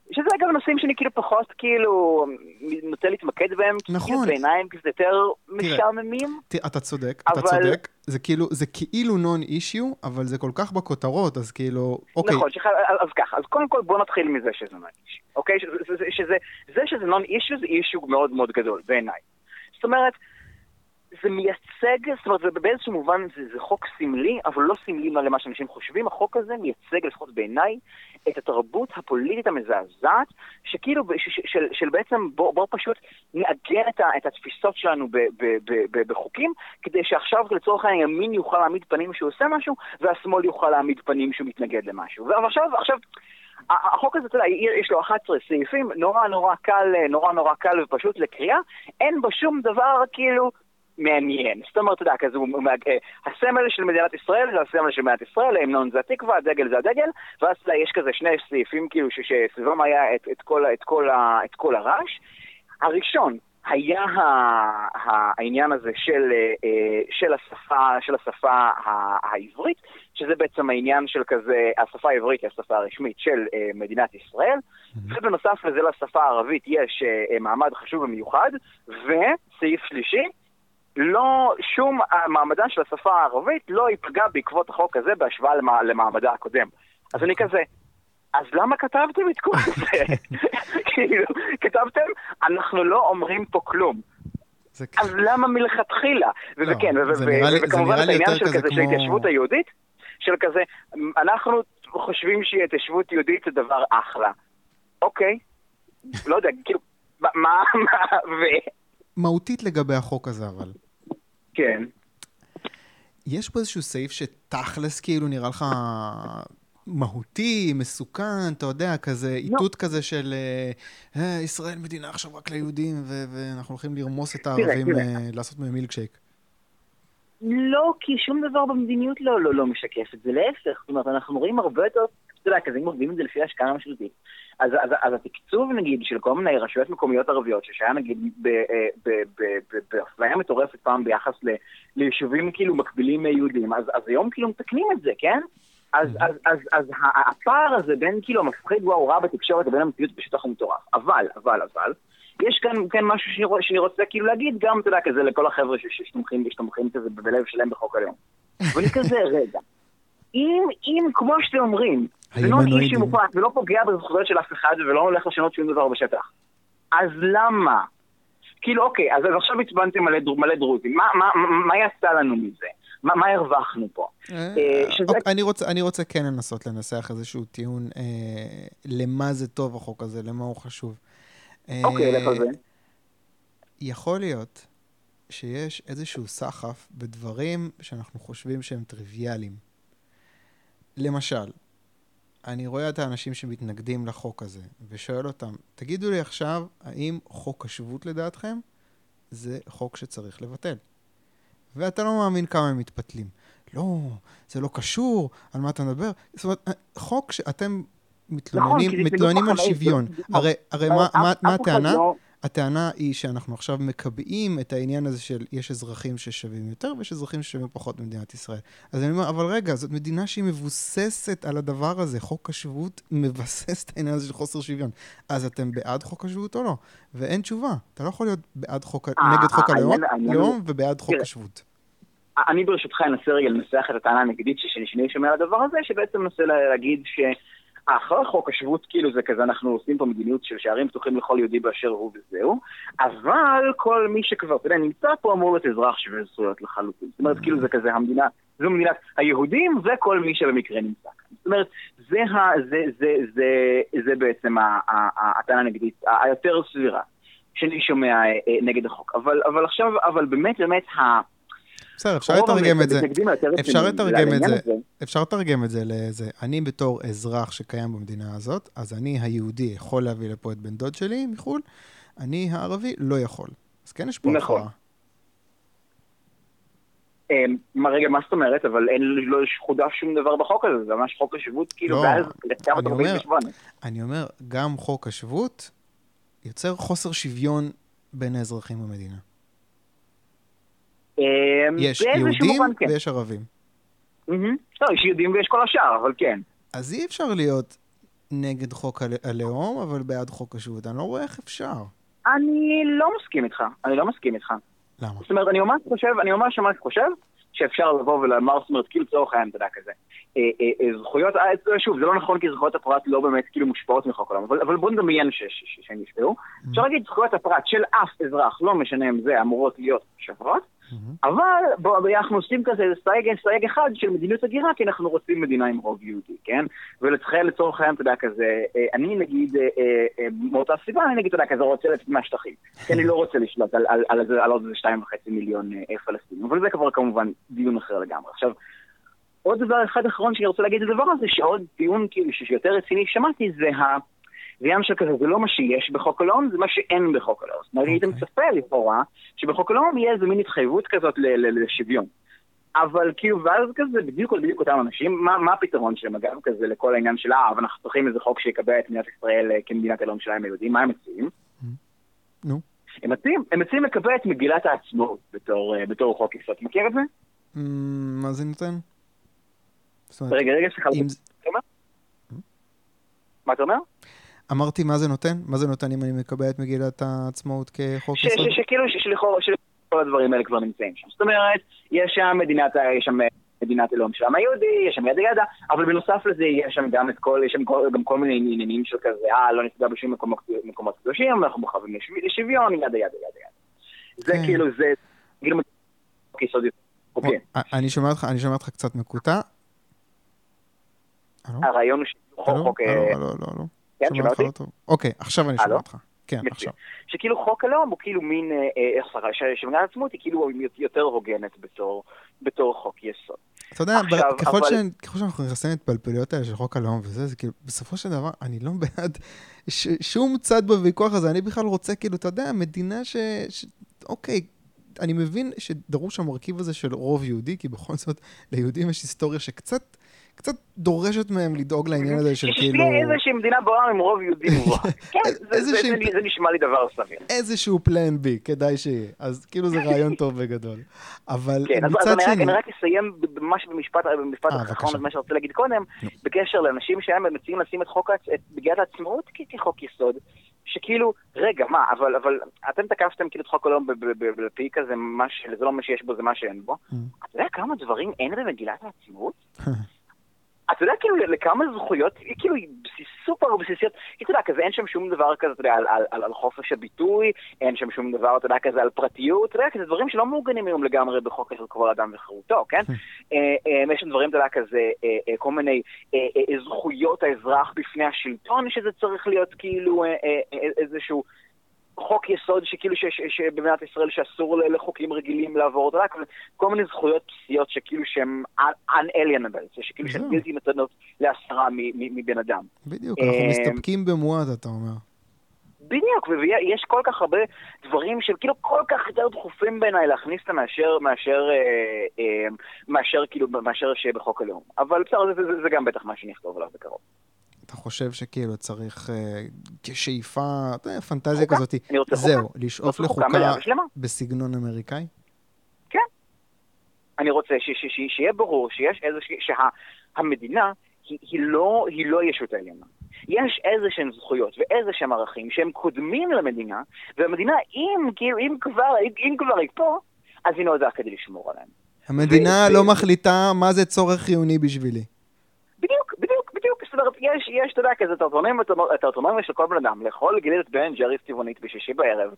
שזה אגב נושאים שאני כאילו פחות כאילו נוטה להתמקד בהם, נכון. בעיניי הם כזה יותר משעממים. תראה, אתה צודק, אתה צודק, זה כאילו, זה כאילו נון אישיו, אבל זה כל כך בכותרות, אז כאילו, אוקיי. נכון, אז ככה, אז קודם כל בוא נתחיל מזה שזה נון אישיו, אוקיי? זה שזה נון אישיו זה אישיו מאוד מאוד גדול, בעיניי. זאת אומרת, זה מייצג, זאת אומרת, באיזשהו מובן זה, זה חוק סמלי, אבל לא סמלי למה שאנשים חושבים. החוק הזה מייצג, לפחות בעיניי, את התרבות הפוליטית המזעזעת, שכאילו, ש, ש, של, של בעצם בוא, בוא פשוט נעגן את, ה, את התפיסות שלנו ב, ב, ב, ב, בחוקים, כדי שעכשיו לצורך הימין יוכל להעמיד פנים שהוא עושה משהו, והשמאל יוכל להעמיד פנים שהוא מתנגד למשהו. ועכשיו, עכשיו, החוק הזה, אתה יודע, יש לו אחת עשרה סעיפים, נורא נורא קל, נורא נורא קל ופשוט לקריאה, אין בו שום דבר כאילו מעניין. זאת אומרת, אתה יודע, כזה, הסמל של מדינת ישראל זה הסמל של מדינת ישראל, ההמנון זה התקווה, הדגל זה הדגל, ואז יש כזה שני סעיפים כאילו שסביבם היה את, את, כל, את, כל, את כל הרעש. הראשון היה העניין הזה של, של השפה, של השפה העברית, שזה בעצם העניין של כזה, השפה העברית היא השפה הרשמית של מדינת ישראל, ובנוסף לזה לשפה הערבית יש מעמד חשוב ומיוחד, וסעיף שלישי, לא, שום מעמדה של השפה הערבית לא ייפגע בעקבות החוק הזה בהשוואה למעמדה הקודם. אז אני כזה, אז למה כתבתם את כל זה? כאילו, כתבתם, אנחנו לא אומרים פה כלום. אז למה מלכתחילה? וכן, וכמובן את העניין של כזה, של התיישבות היהודית, של כזה, אנחנו חושבים שהתיישבות יהודית זה דבר אחלה. אוקיי, לא יודע, כאילו, מה, מה, ו... מהותית לגבי החוק הזה, אבל. כן. יש פה איזשהו סעיף שתכלס כאילו נראה לך מהותי, מסוכן, אתה יודע, כזה איתות כזה של ישראל מדינה עכשיו רק ליהודים, ואנחנו הולכים לרמוס את הערבים, לעשות מהם מילקשייק. לא, כי שום דבר במדיניות לא, לא, לא משקף את זה, להפך. זאת אומרת, אנחנו רואים הרבה יותר, אתה יודע, כזה אם עובדים את זה לפי השקעה המשלותית. אז, אז, אז התקצוב, נגיד, של כל מיני רשויות מקומיות ערביות, שהיה, נגיד, באפליה מטורפת פעם ביחס ליישובים כאילו מקבילים יהודים, אז, אז היום כאילו מתקנים את זה, כן? אז, אז, אז, אז הפער הזה בין כאילו המפחיד וההוראה בתקשורת לבין המציאות בשטח המטורף. אבל, אבל, אבל, יש כאן, כאן משהו שאני, שאני רוצה כאילו להגיד, גם, אתה יודע, כזה לכל החבר'ה שתומכים, שתומכים כזה בלב שלהם בחוק הלאום. ואני כזה, רגע, אם, אם, כמו שאתם אומרים, זה לא אישי מוחלט, ולא פוגע בזכויות של אף אחד, ולא הולך לשנות שום דבר בשטח. אז למה? כאילו, אוקיי, אז עכשיו הצבנתם מלא, מלא דרוזים. מה, מה, מה יעשה לנו מזה? מה, מה הרווחנו פה? אני רוצה, אני רוצה כן לנסות לנסח איזשהו טיעון למה זה טוב החוק הזה, למה הוא חשוב. אוקיי, לכל זה. יכול להיות שיש איזשהו סחף בדברים שאנחנו חושבים שהם טריוויאליים. למשל, אני רואה את האנשים שמתנגדים לחוק הזה, ושואל אותם, תגידו לי עכשיו, האם חוק השבות לדעתכם, זה חוק שצריך לבטל? ואתה לא מאמין כמה הם מתפתלים. לא, זה לא קשור, על מה אתה מדבר? זאת אומרת, חוק שאתם מתלוננים, מתלוננים על שוויון. הרי, הרי מה, מה, מה הטענה? הטענה היא שאנחנו עכשיו מקבעים את העניין הזה של יש אזרחים ששווים יותר ויש אזרחים ששווים פחות במדינת ישראל. אז אני אומר, אבל רגע, זאת מדינה שהיא מבוססת על הדבר הזה. חוק השבות מבסס את העניין הזה של חוסר שוויון. אז אתם בעד חוק השבות או לא? ואין תשובה. אתה לא יכול להיות בעד חוק, נגד חוק הלאום ובעד חוק השבות. אני ברשותך אנסה רגע לנסח את הטענה הנגדית שאני שומע על הדבר הזה, שבעצם מנסה להגיד ש... אחרי חוק השבות, כאילו זה כזה, אנחנו עושים פה מדיניות של שערים פתוחים לכל יהודי באשר הוא וזהו, אבל כל מי שכבר, אתה יודע, נמצא פה אמור להיות אזרח שווה זכויות לחלוטין. זאת אומרת, כאילו זה כזה, המדינה, זו מדינת היהודים וכל מי שבמקרה נמצא כאן. זאת אומרת, זה, זה, זה, זה, זה בעצם הטענה הנגדית היותר סבירה שאני שומע נגד החוק. אבל, אבל עכשיו, אבל באמת, באמת, ה... בסדר, אפשר לתרגם את זה, אפשר לתרגם את זה, אפשר לתרגם את זה לזה, אני בתור אזרח שקיים במדינה הזאת, אז אני היהודי יכול להביא לפה את בן דוד שלי מחול, אני הערבי לא יכול. אז כן יש פה הכרעה. מה רגע, מה זאת אומרת? אבל אין לא חודש שום דבר בחוק הזה, זה ממש חוק השבות, כאילו, ואז אני אומר, גם חוק השבות יוצר חוסר שוויון בין האזרחים במדינה. יש יהודים ויש ערבים. לא, יש יהודים ויש כל השאר, אבל כן. אז אי אפשר להיות נגד חוק הלאום, אבל בעד חוק השבות. אני לא רואה איך אפשר. אני לא מסכים איתך, אני לא מסכים איתך. למה? זאת אומרת, אני ממש חושב, אני ממש ממש חושב, שאפשר לבוא ולאמר, זאת אומרת, כאילו צורך היה תדע כזה. זכויות, שוב, זה לא נכון כי זכויות הפרט לא באמת כאילו מושפעות מחוק העולם, אבל בואו נדמיין שהן ישפעו. אפשר להגיד, זכויות הפרט של אף אזרח, לא משנה אם זה אמורות להיות שוות, אבל אנחנו עושים כזה סייג אחד של מדיניות הגירה, כי אנחנו רוצים מדינה עם רוב יהודי, כן? ולתחיל לצורך העניין, תדע כזה, אני נגיד, מאותה סיבה, אני נגיד, תדע כזה, רוצה לצאת מהשטחים, כי אני לא רוצה לשלוט על עוד איזה שתיים וחצי מיליון פלסטינים, אבל זה כבר כמובן דיון אחר לגמרי. עכשיו, עוד דבר אחד אחרון שאני רוצה להגיד את הדבר הזה, שעוד דיון כאילו שיותר רציני שמעתי, זה העניין של כזה, זה לא מה שיש בחוק הלאום, זה מה שאין בחוק הלאום. זאת אומרת, הייתם מצפה לכאורה, שבחוק הלאום יהיה איזו מין התחייבות כזאת לשוויון. אבל כאילו, ואז כזה, בדיוק בדיוק אותם אנשים, מה, מה הפתרון שלהם, אגב, כזה לכל העניין של, אה, אבל אנחנו צריכים איזה חוק שיקבע את מדינת ישראל כמדינת הלאום שלהם היהודים, מה הם מציעים? נו. הם מציעים, הם מציעים לקבע את מגילת העצמאות בתור, בתור חוק יסוד. מכיר את זה? מה זה נותן? רגע, רגע, סליחה. מה אתה אומר? אמרתי מה זה נותן? מה זה נותן אם אני מקבע את מגילת העצמאות כחוק יסוד? שכאילו, שכל הדברים האלה כבר נמצאים שם. זאת אומרת, יש שם מדינת, יש שם מדינת הלאום של העם היהודי, יש שם ידה ידה, אבל בנוסף לזה יש שם גם את כל, יש שם גם כל מיני עניינים של כזה, אה, לא נפגע בשום מקומות קדושים, אנחנו מחויבים לשוויון, ידה ידה ידה ידה. זה כאילו, זה, כאילו, חוק יסוד. אוקיי. אני שומע אותך, אני שומע אותך קצת מקוטע. הרעיון הוא שחוק... לא, לא, לא, לא. כן, שומע אותי? אוקיי, עכשיו אני שומע אותך. כן, עכשיו. שכאילו חוק הלאום הוא כאילו מין, איך שרה, שמגילת העצמאות היא כאילו יותר הוגנת בתור חוק יסוד. אתה יודע, ככל שאנחנו נכנסים את פלפליות האלה של חוק הלאום וזה, זה כאילו, בסופו של דבר, אני לא בעד שום צד בוויכוח הזה, אני בכלל רוצה, כאילו, אתה יודע, מדינה ש... אוקיי, אני מבין שדרוש המרכיב הזה של רוב יהודי, כי בכל זאת ליהודים יש היסטוריה שקצת קצת דורשת מהם לדאוג לעניין הזה של כאילו... שתהיה איזושהי מדינה בעולם עם רוב יהודי מובהק. כן, זה נשמע לי דבר סביר. איזשהו פלן בי, כדאי שיהיה. אז כאילו זה רעיון טוב וגדול. אבל מצד שני... אני רק אסיים ממש במשפט האחרון, מה שאני רוצה להגיד קודם, בקשר לאנשים שהם מציעים לשים את מגילת העצמאות כחוק יסוד, שכאילו, רגע, מה, אבל, אבל אתם תקפתם כאילו את חוק הלאום בפי כזה, זה לא מה שיש בו, זה מה שאין בו. אתה יודע כמה דברים אין במגילת העצמאות? אתה יודע כאילו לכמה זכויות, כאילו סופר בסיסיות, אתה יודע כזה, אין שם שום דבר כזה, אתה יודע, על, על, על חופש הביטוי, אין שם שום דבר, אתה יודע, כזה על פרטיות, אתה יודע, כזה דברים שלא מעוגנים היום לגמרי בחוק של כבוד האדם וחירותו, כן? יש שם דברים, אתה יודע, כזה, כל מיני זכויות האזרח בפני השלטון, שזה צריך להיות כאילו איזשהו חוק יסוד שכאילו שבמדינת ישראל שאסור לחוקים רגילים לעבור אותה, כל מיני זכויות בסיסיות שכאילו שהן unalienable, שכאילו שהן בלתי ניתנות להסרה מבן אדם. בדיוק, אנחנו מסתפקים במועט, אתה אומר. בדיוק, ויש כל כך הרבה דברים שכאילו כל כך יותר דחופים בעיניי להכניס אותם מאשר, מאשר, מאשר כאילו, מאשר שבחוק הלאום. אבל בסדר, זה גם בטח מה שנכתוב עליו בקרוב. אתה חושב שכאילו צריך כשאיפה, פנטזיה כזאת, זהו, לשאוף לחוקה בסגנון אמריקאי? כן. אני רוצה שיהיה ברור שיש איזושהי, שהמדינה היא לא ישות העליונה. יש איזשהם זכויות ואיזשהם ערכים שהם קודמים למדינה, והמדינה, אם כבר היא פה, אז היא נועדה כדי לשמור עליהם. המדינה לא מחליטה מה זה צורך חיוני בשבילי. בדיוק, בדיוק, בדיוק. זאת אומרת, יש, יש, אתה יודע, כזה, אתה אוטונומיה של כל בן אדם, לאכול גלידת בן ג'ריס טבעונית בשישי בערב.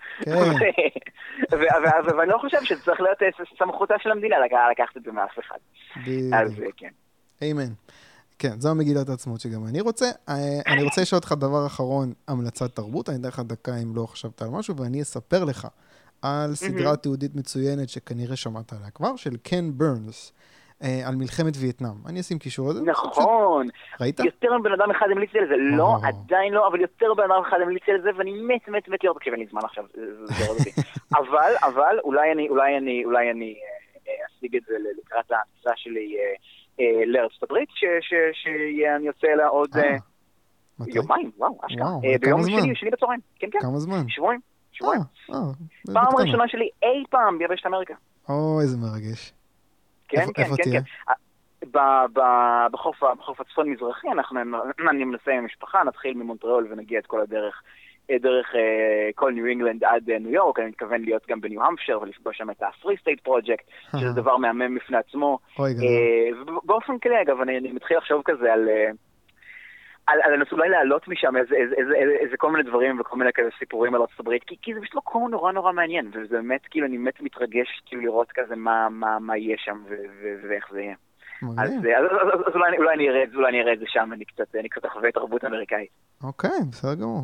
ואני לא חושב שזה צריך להיות סמכותה של המדינה לקחת את זה מאף אחד. אז כן. אמן. כן, זו המגילת העצמאות שגם אני רוצה. אני רוצה לשאול אותך דבר אחרון, המלצת תרבות. אני אדע לך דקה אם לא חשבת על משהו, ואני אספר לך על סדרה תיעודית מצוינת שכנראה שמעת עליה כבר, של קן ברנס. על מלחמת וייטנאם. אני אשים קישור לזה. נכון. ראית? יותר מבן אדם אחד המליץ לי על זה. לא, עדיין לא, אבל יותר בן אדם אחד המליץ לי על זה, ואני מת, מת, מת לראות. תקשיב, אני זמן עכשיו, זה יורד אותי. אבל, אבל, אולי אני, אולי אני, אולי אני אשיג את זה לקראת ההצעה שלי לארצות הברית, שאני יוצא לה עוד יומיים, וואו, אשכרה. ביום שני, שני בצהריים. כן, כן. כמה זמן? שבועיים. שבועיים. פעם ראשונה שלי אי פעם ביבשת אמריקה. או, איזה מרגש. כן, כן, כן, כן. בחוף הצפון מזרחי, אני מנסה עם המשפחה, נתחיל ממונטריאול ונגיע את כל הדרך, דרך כל ניו אינגלנד עד ניו יורק, אני מתכוון להיות גם בניו המפשר ולפגוש שם את ה-Free State Project, שזה דבר מהמם בפני עצמו. באופן כלי, אגב, אני מתחיל לחשוב כזה על... על לנסות אולי להעלות משם איזה, איזה, איזה, איזה כל מיני דברים וכל מיני כזה סיפורים על ארצות הברית, כי, כי זה פשוט לא קורה נורא נורא מעניין, וזה באמת, כאילו, אני באמת מתרגש כאילו לראות כזה מה, מה, מה יהיה שם ו, ו, ואיך זה יהיה. אז, אז, אז, אז אולי, אולי אני אראה, אולי אני אראה את זה שם, אני קצת, אני קצת אחווה תרבות אמריקאית. אוקיי, בסדר גמור.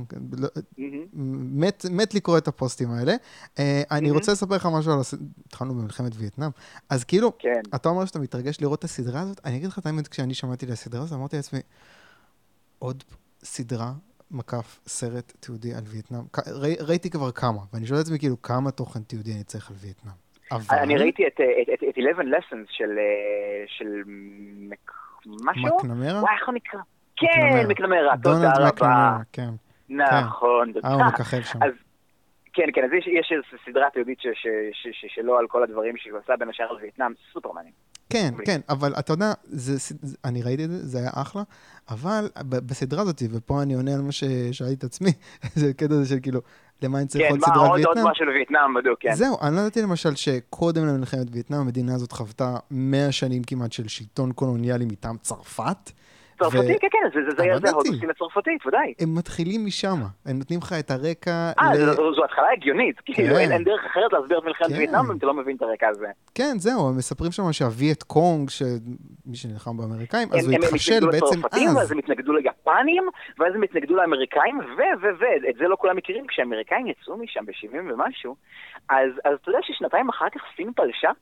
מת, מת לקרוא את הפוסטים האלה. אני רוצה לספר לך משהו על, התחלנו במלחמת וייטנאם, אז כאילו, אתה אומר שאתה מתרגש לראות את הסדרה הזאת, אני אגיד לך את האמת, כשאני שמעתי לסדרה הזאת, אמרתי לעצמי, עוד סדרה, מקף, סרט תיעודי על וייטנאם. ראי, ראיתי כבר כמה, ואני שואל את עצמי כאילו כמה תוכן תיעודי אני צריך על וייטנאם. אבל... אני ראיתי את, את, את, את eleven lessons של, של מק... משהו? מקנמרה? וואי, איך הוא נקרא? כן, מקנמרה, תודה רבה. מקנמרה, כן. נכון. אה, הוא מככב שם. אז, כן, כן, אז יש, יש סדרה תיעודית ש, ש, ש, ש, שלא על כל הדברים שהוא עשה בין השאר על וייטנאם, סופר מעניין. כן, כן, אבל אתה יודע, זה, אני ראיתי את זה, זה היה אחלה, אבל בסדרה הזאת, ופה אני עונה על מה ששאלתי את עצמי, זה קטע הזה של כאילו, למה אני צריך עוד סדרה על וייטנאם? כן, מה עוד משהו לווייטנאם, בדיוק, כן. זהו, אני לא ידעתי למשל שקודם למלחמת וייטנאם, המדינה הזאת חוותה מאה שנים כמעט של שלטון קולוניאלי מטעם צרפת, צרפתי, כן, כן, זה ההודוסים הצרפתית, ודאי. הם מתחילים משם, הם נותנים לך את הרקע... אה, זו התחלה הגיונית, כאילו אין דרך אחרת להסביר את מלחמת וייטנאם, אם אתה לא מבין את הרקע הזה. כן, זהו, הם מספרים שם שהווייט קונג, שמי שנלחם באמריקאים, אז הוא התחשל בעצם אז. ואז הם התנגדו ליפנים, ואז הם התנגדו לאמריקאים, ו, ו, ו, את זה לא כולם מכירים, כשהאמריקאים יצאו משם ב-שבעים ומשהו, אז אתה יודע ששנתיים אחר כך סין פלשה?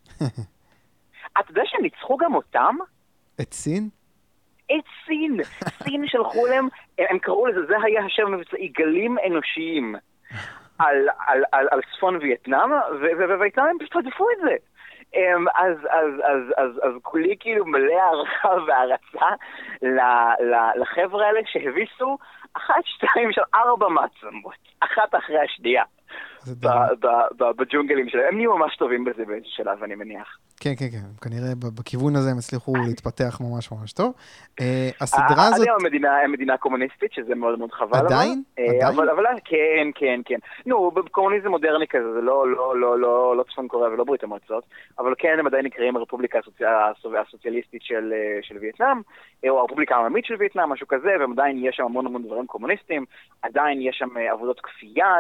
אתה יודע שהם ניצחו גם אותם? את סין? את סין, סין שלחו להם, הם קראו לזה, זה היה השם המבצעי, גלים אנושיים על, על, על, על צפון וייטנאם, ווייטנאם הם פשוט הדפו את זה. אז, אז, אז, אז, אז כולי כאילו מלא הערכה והערצה לחבר'ה האלה שהביסו אחת, שתיים, של ארבע מעצמות, אחת אחרי השנייה. בג'ונגלים שלהם, הם נהיו ממש טובים בזה באיזשהו שלב, אני מניח. כן, כן, כן, כנראה בכיוון הזה הם הצליחו להתפתח ממש ממש טוב. הסדרה הזאת... עד היום מדינה קומוניסטית, שזה מאוד מאוד חבל. עדיין? אבל כן, כן, כן. נו, בקומוניזם מודרני כזה, זה לא צפון קוריאה ולא ברית המועצות, אבל כן, הם עדיין נקראים הרפובליקה הסוציאליסטית של וייטנאם, או הרפובליקה העממית של וייטנאם, משהו כזה, ועדיין יש שם המון המון דברים קומוניסטיים, עדיין יש שם עבודות כפייה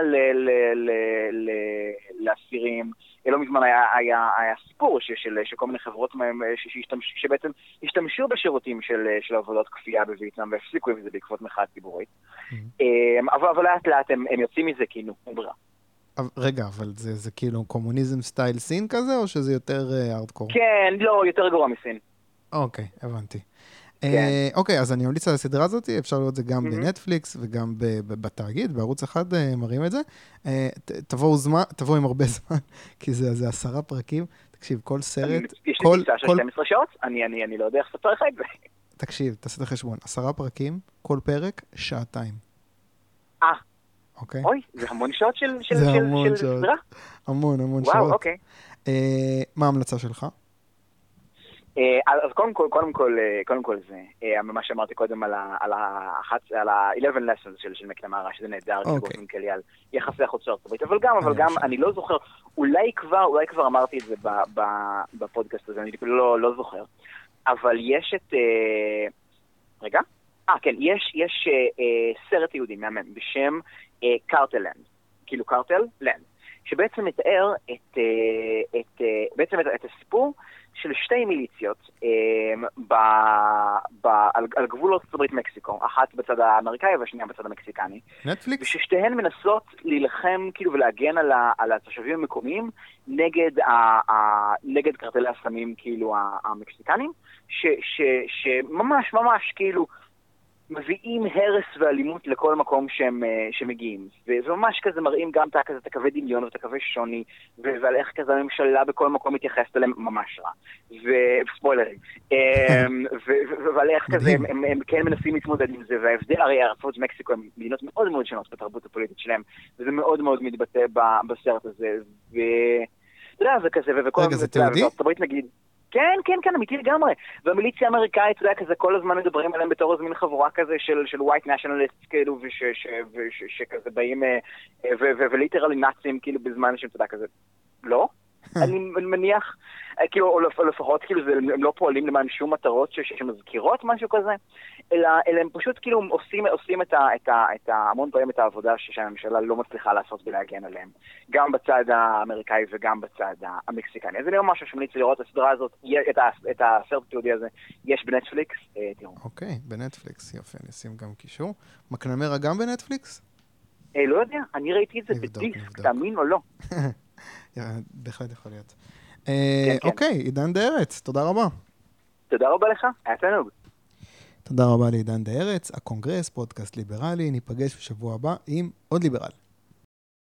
לאסירים. לא מזמן היה, היה, היה סיפור של, של, של כל מיני חברות מהם שהשתמש, שבעצם השתמשו בשירותים של, של עבודות כפייה בווייטנאם והפסיקו עם זה בעקבות מחאה ציבורית. Mm-hmm. אבל, אבל לאט לאט הם, הם יוצאים מזה כאילו, אין ברירה. רגע, אבל זה, זה כאילו קומוניזם סטייל סין כזה, או שזה יותר ארדקור? כן, לא, יותר גרוע מסין. אוקיי, הבנתי. אוקיי, אז אני ממליץ על הסדרה הזאת, אפשר לראות את זה גם בנטפליקס וגם בתאגיד, בערוץ אחד מראים את זה. תבואו עם הרבה זמן, כי זה עשרה פרקים. תקשיב, כל סרט... יש לי טיסה של שתים עשרה שעות, אני לא יודע איך לספר לך את זה. תקשיב, תעשה את החשבון, עשרה פרקים, כל פרק, שעתיים. אה. אוקיי? אוי, זה המון שעות של סדרה? זה המון שעות. המון, המון שעות. וואו, אוקיי. מה ההמלצה שלך? אז קודם כל, קודם כל, קודם כל זה, מה שאמרתי קודם על ה-eleven lessons של מקנמרה, שזה נהדר, באופן כללי על יחסי החוץ לארצות הברית, אבל גם, אבל גם, אני לא זוכר, אולי כבר, אולי כבר אמרתי את זה בפודקאסט הזה, אני לא זוכר, אבל יש את, רגע? אה, כן, יש סרט יהודי מהמם בשם קארטל-לנד, כאילו קארטל-לנד, שבעצם מתאר את, בעצם את הסיפור, של שתי מיליציות אה, ב, ב, על, על גבול ארצות הברית מקסיקו, אחת בצד האמריקאי והשנייה בצד המקסיקני. נטפליקס? וששתיהן מנסות להילחם כאילו ולהגן על, ה, על התושבים המקומיים נגד, ה, ה, נגד קרטלי הסמים כאילו המקסיקנים, ש, ש, שממש ממש כאילו מביאים הרס ואלימות לכל מקום שהם, שמגיעים. וממש כזה מראים גם את הקווי דמיון ואת הקווי שוני, ועל איך כזה הממשלה בכל מקום מתייחסת אליהם ממש רע. וספוילרים. ועל איך כזה הם, הם כן מנסים להתמודד עם זה, וההבדל, הרי ארצות מקסיקו הם מדינות מאוד מאוד שונות בתרבות הפוליטית שלהם, וזה מאוד מאוד מתבטא בסרט הזה. ואתה יודע, זה כזה, וכל... רגע, זה תיעודי? ארצות הברית נגיד, כן, כן, כן, אמיתי לגמרי. והמיליציה האמריקאית, אתה יודע, כזה כל הזמן מדברים עליהם בתור איזה מין חבורה כזה של, של white nationalists, כאילו, ושכזה באים, וליטרלי נאצים, כאילו, בזמן שהם, אתה יודע, כזה, לא? אני מניח, כאילו, או לפחות, כאילו, הם לא פועלים למען שום מטרות שמזכירות משהו כזה, אלא הם פשוט, כאילו, עושים את המון פעמים את העבודה שהממשלה לא מצליחה לעשות ולהגן עליהם. גם בצד האמריקאי וגם בצד המקסיקני. אז אני אומר משהו שמליץ לראות את הסדרה הזאת, את הסרט תיעודי הזה, יש בנטפליקס, תראו. אוקיי, בנטפליקס, יופי, אני אשים גם קישור. מקנמרה גם בנטפליקס? לא יודע, אני ראיתי את זה בדיסק, תאמין או לא. בהחלט יכול להיות. אוקיי, עידן דה ארץ, תודה רבה. תודה רבה לך, היה תענוג. תודה רבה לעידן דה ארץ, הקונגרס, פודקאסט ליברלי, ניפגש בשבוע הבא עם עוד ליברל.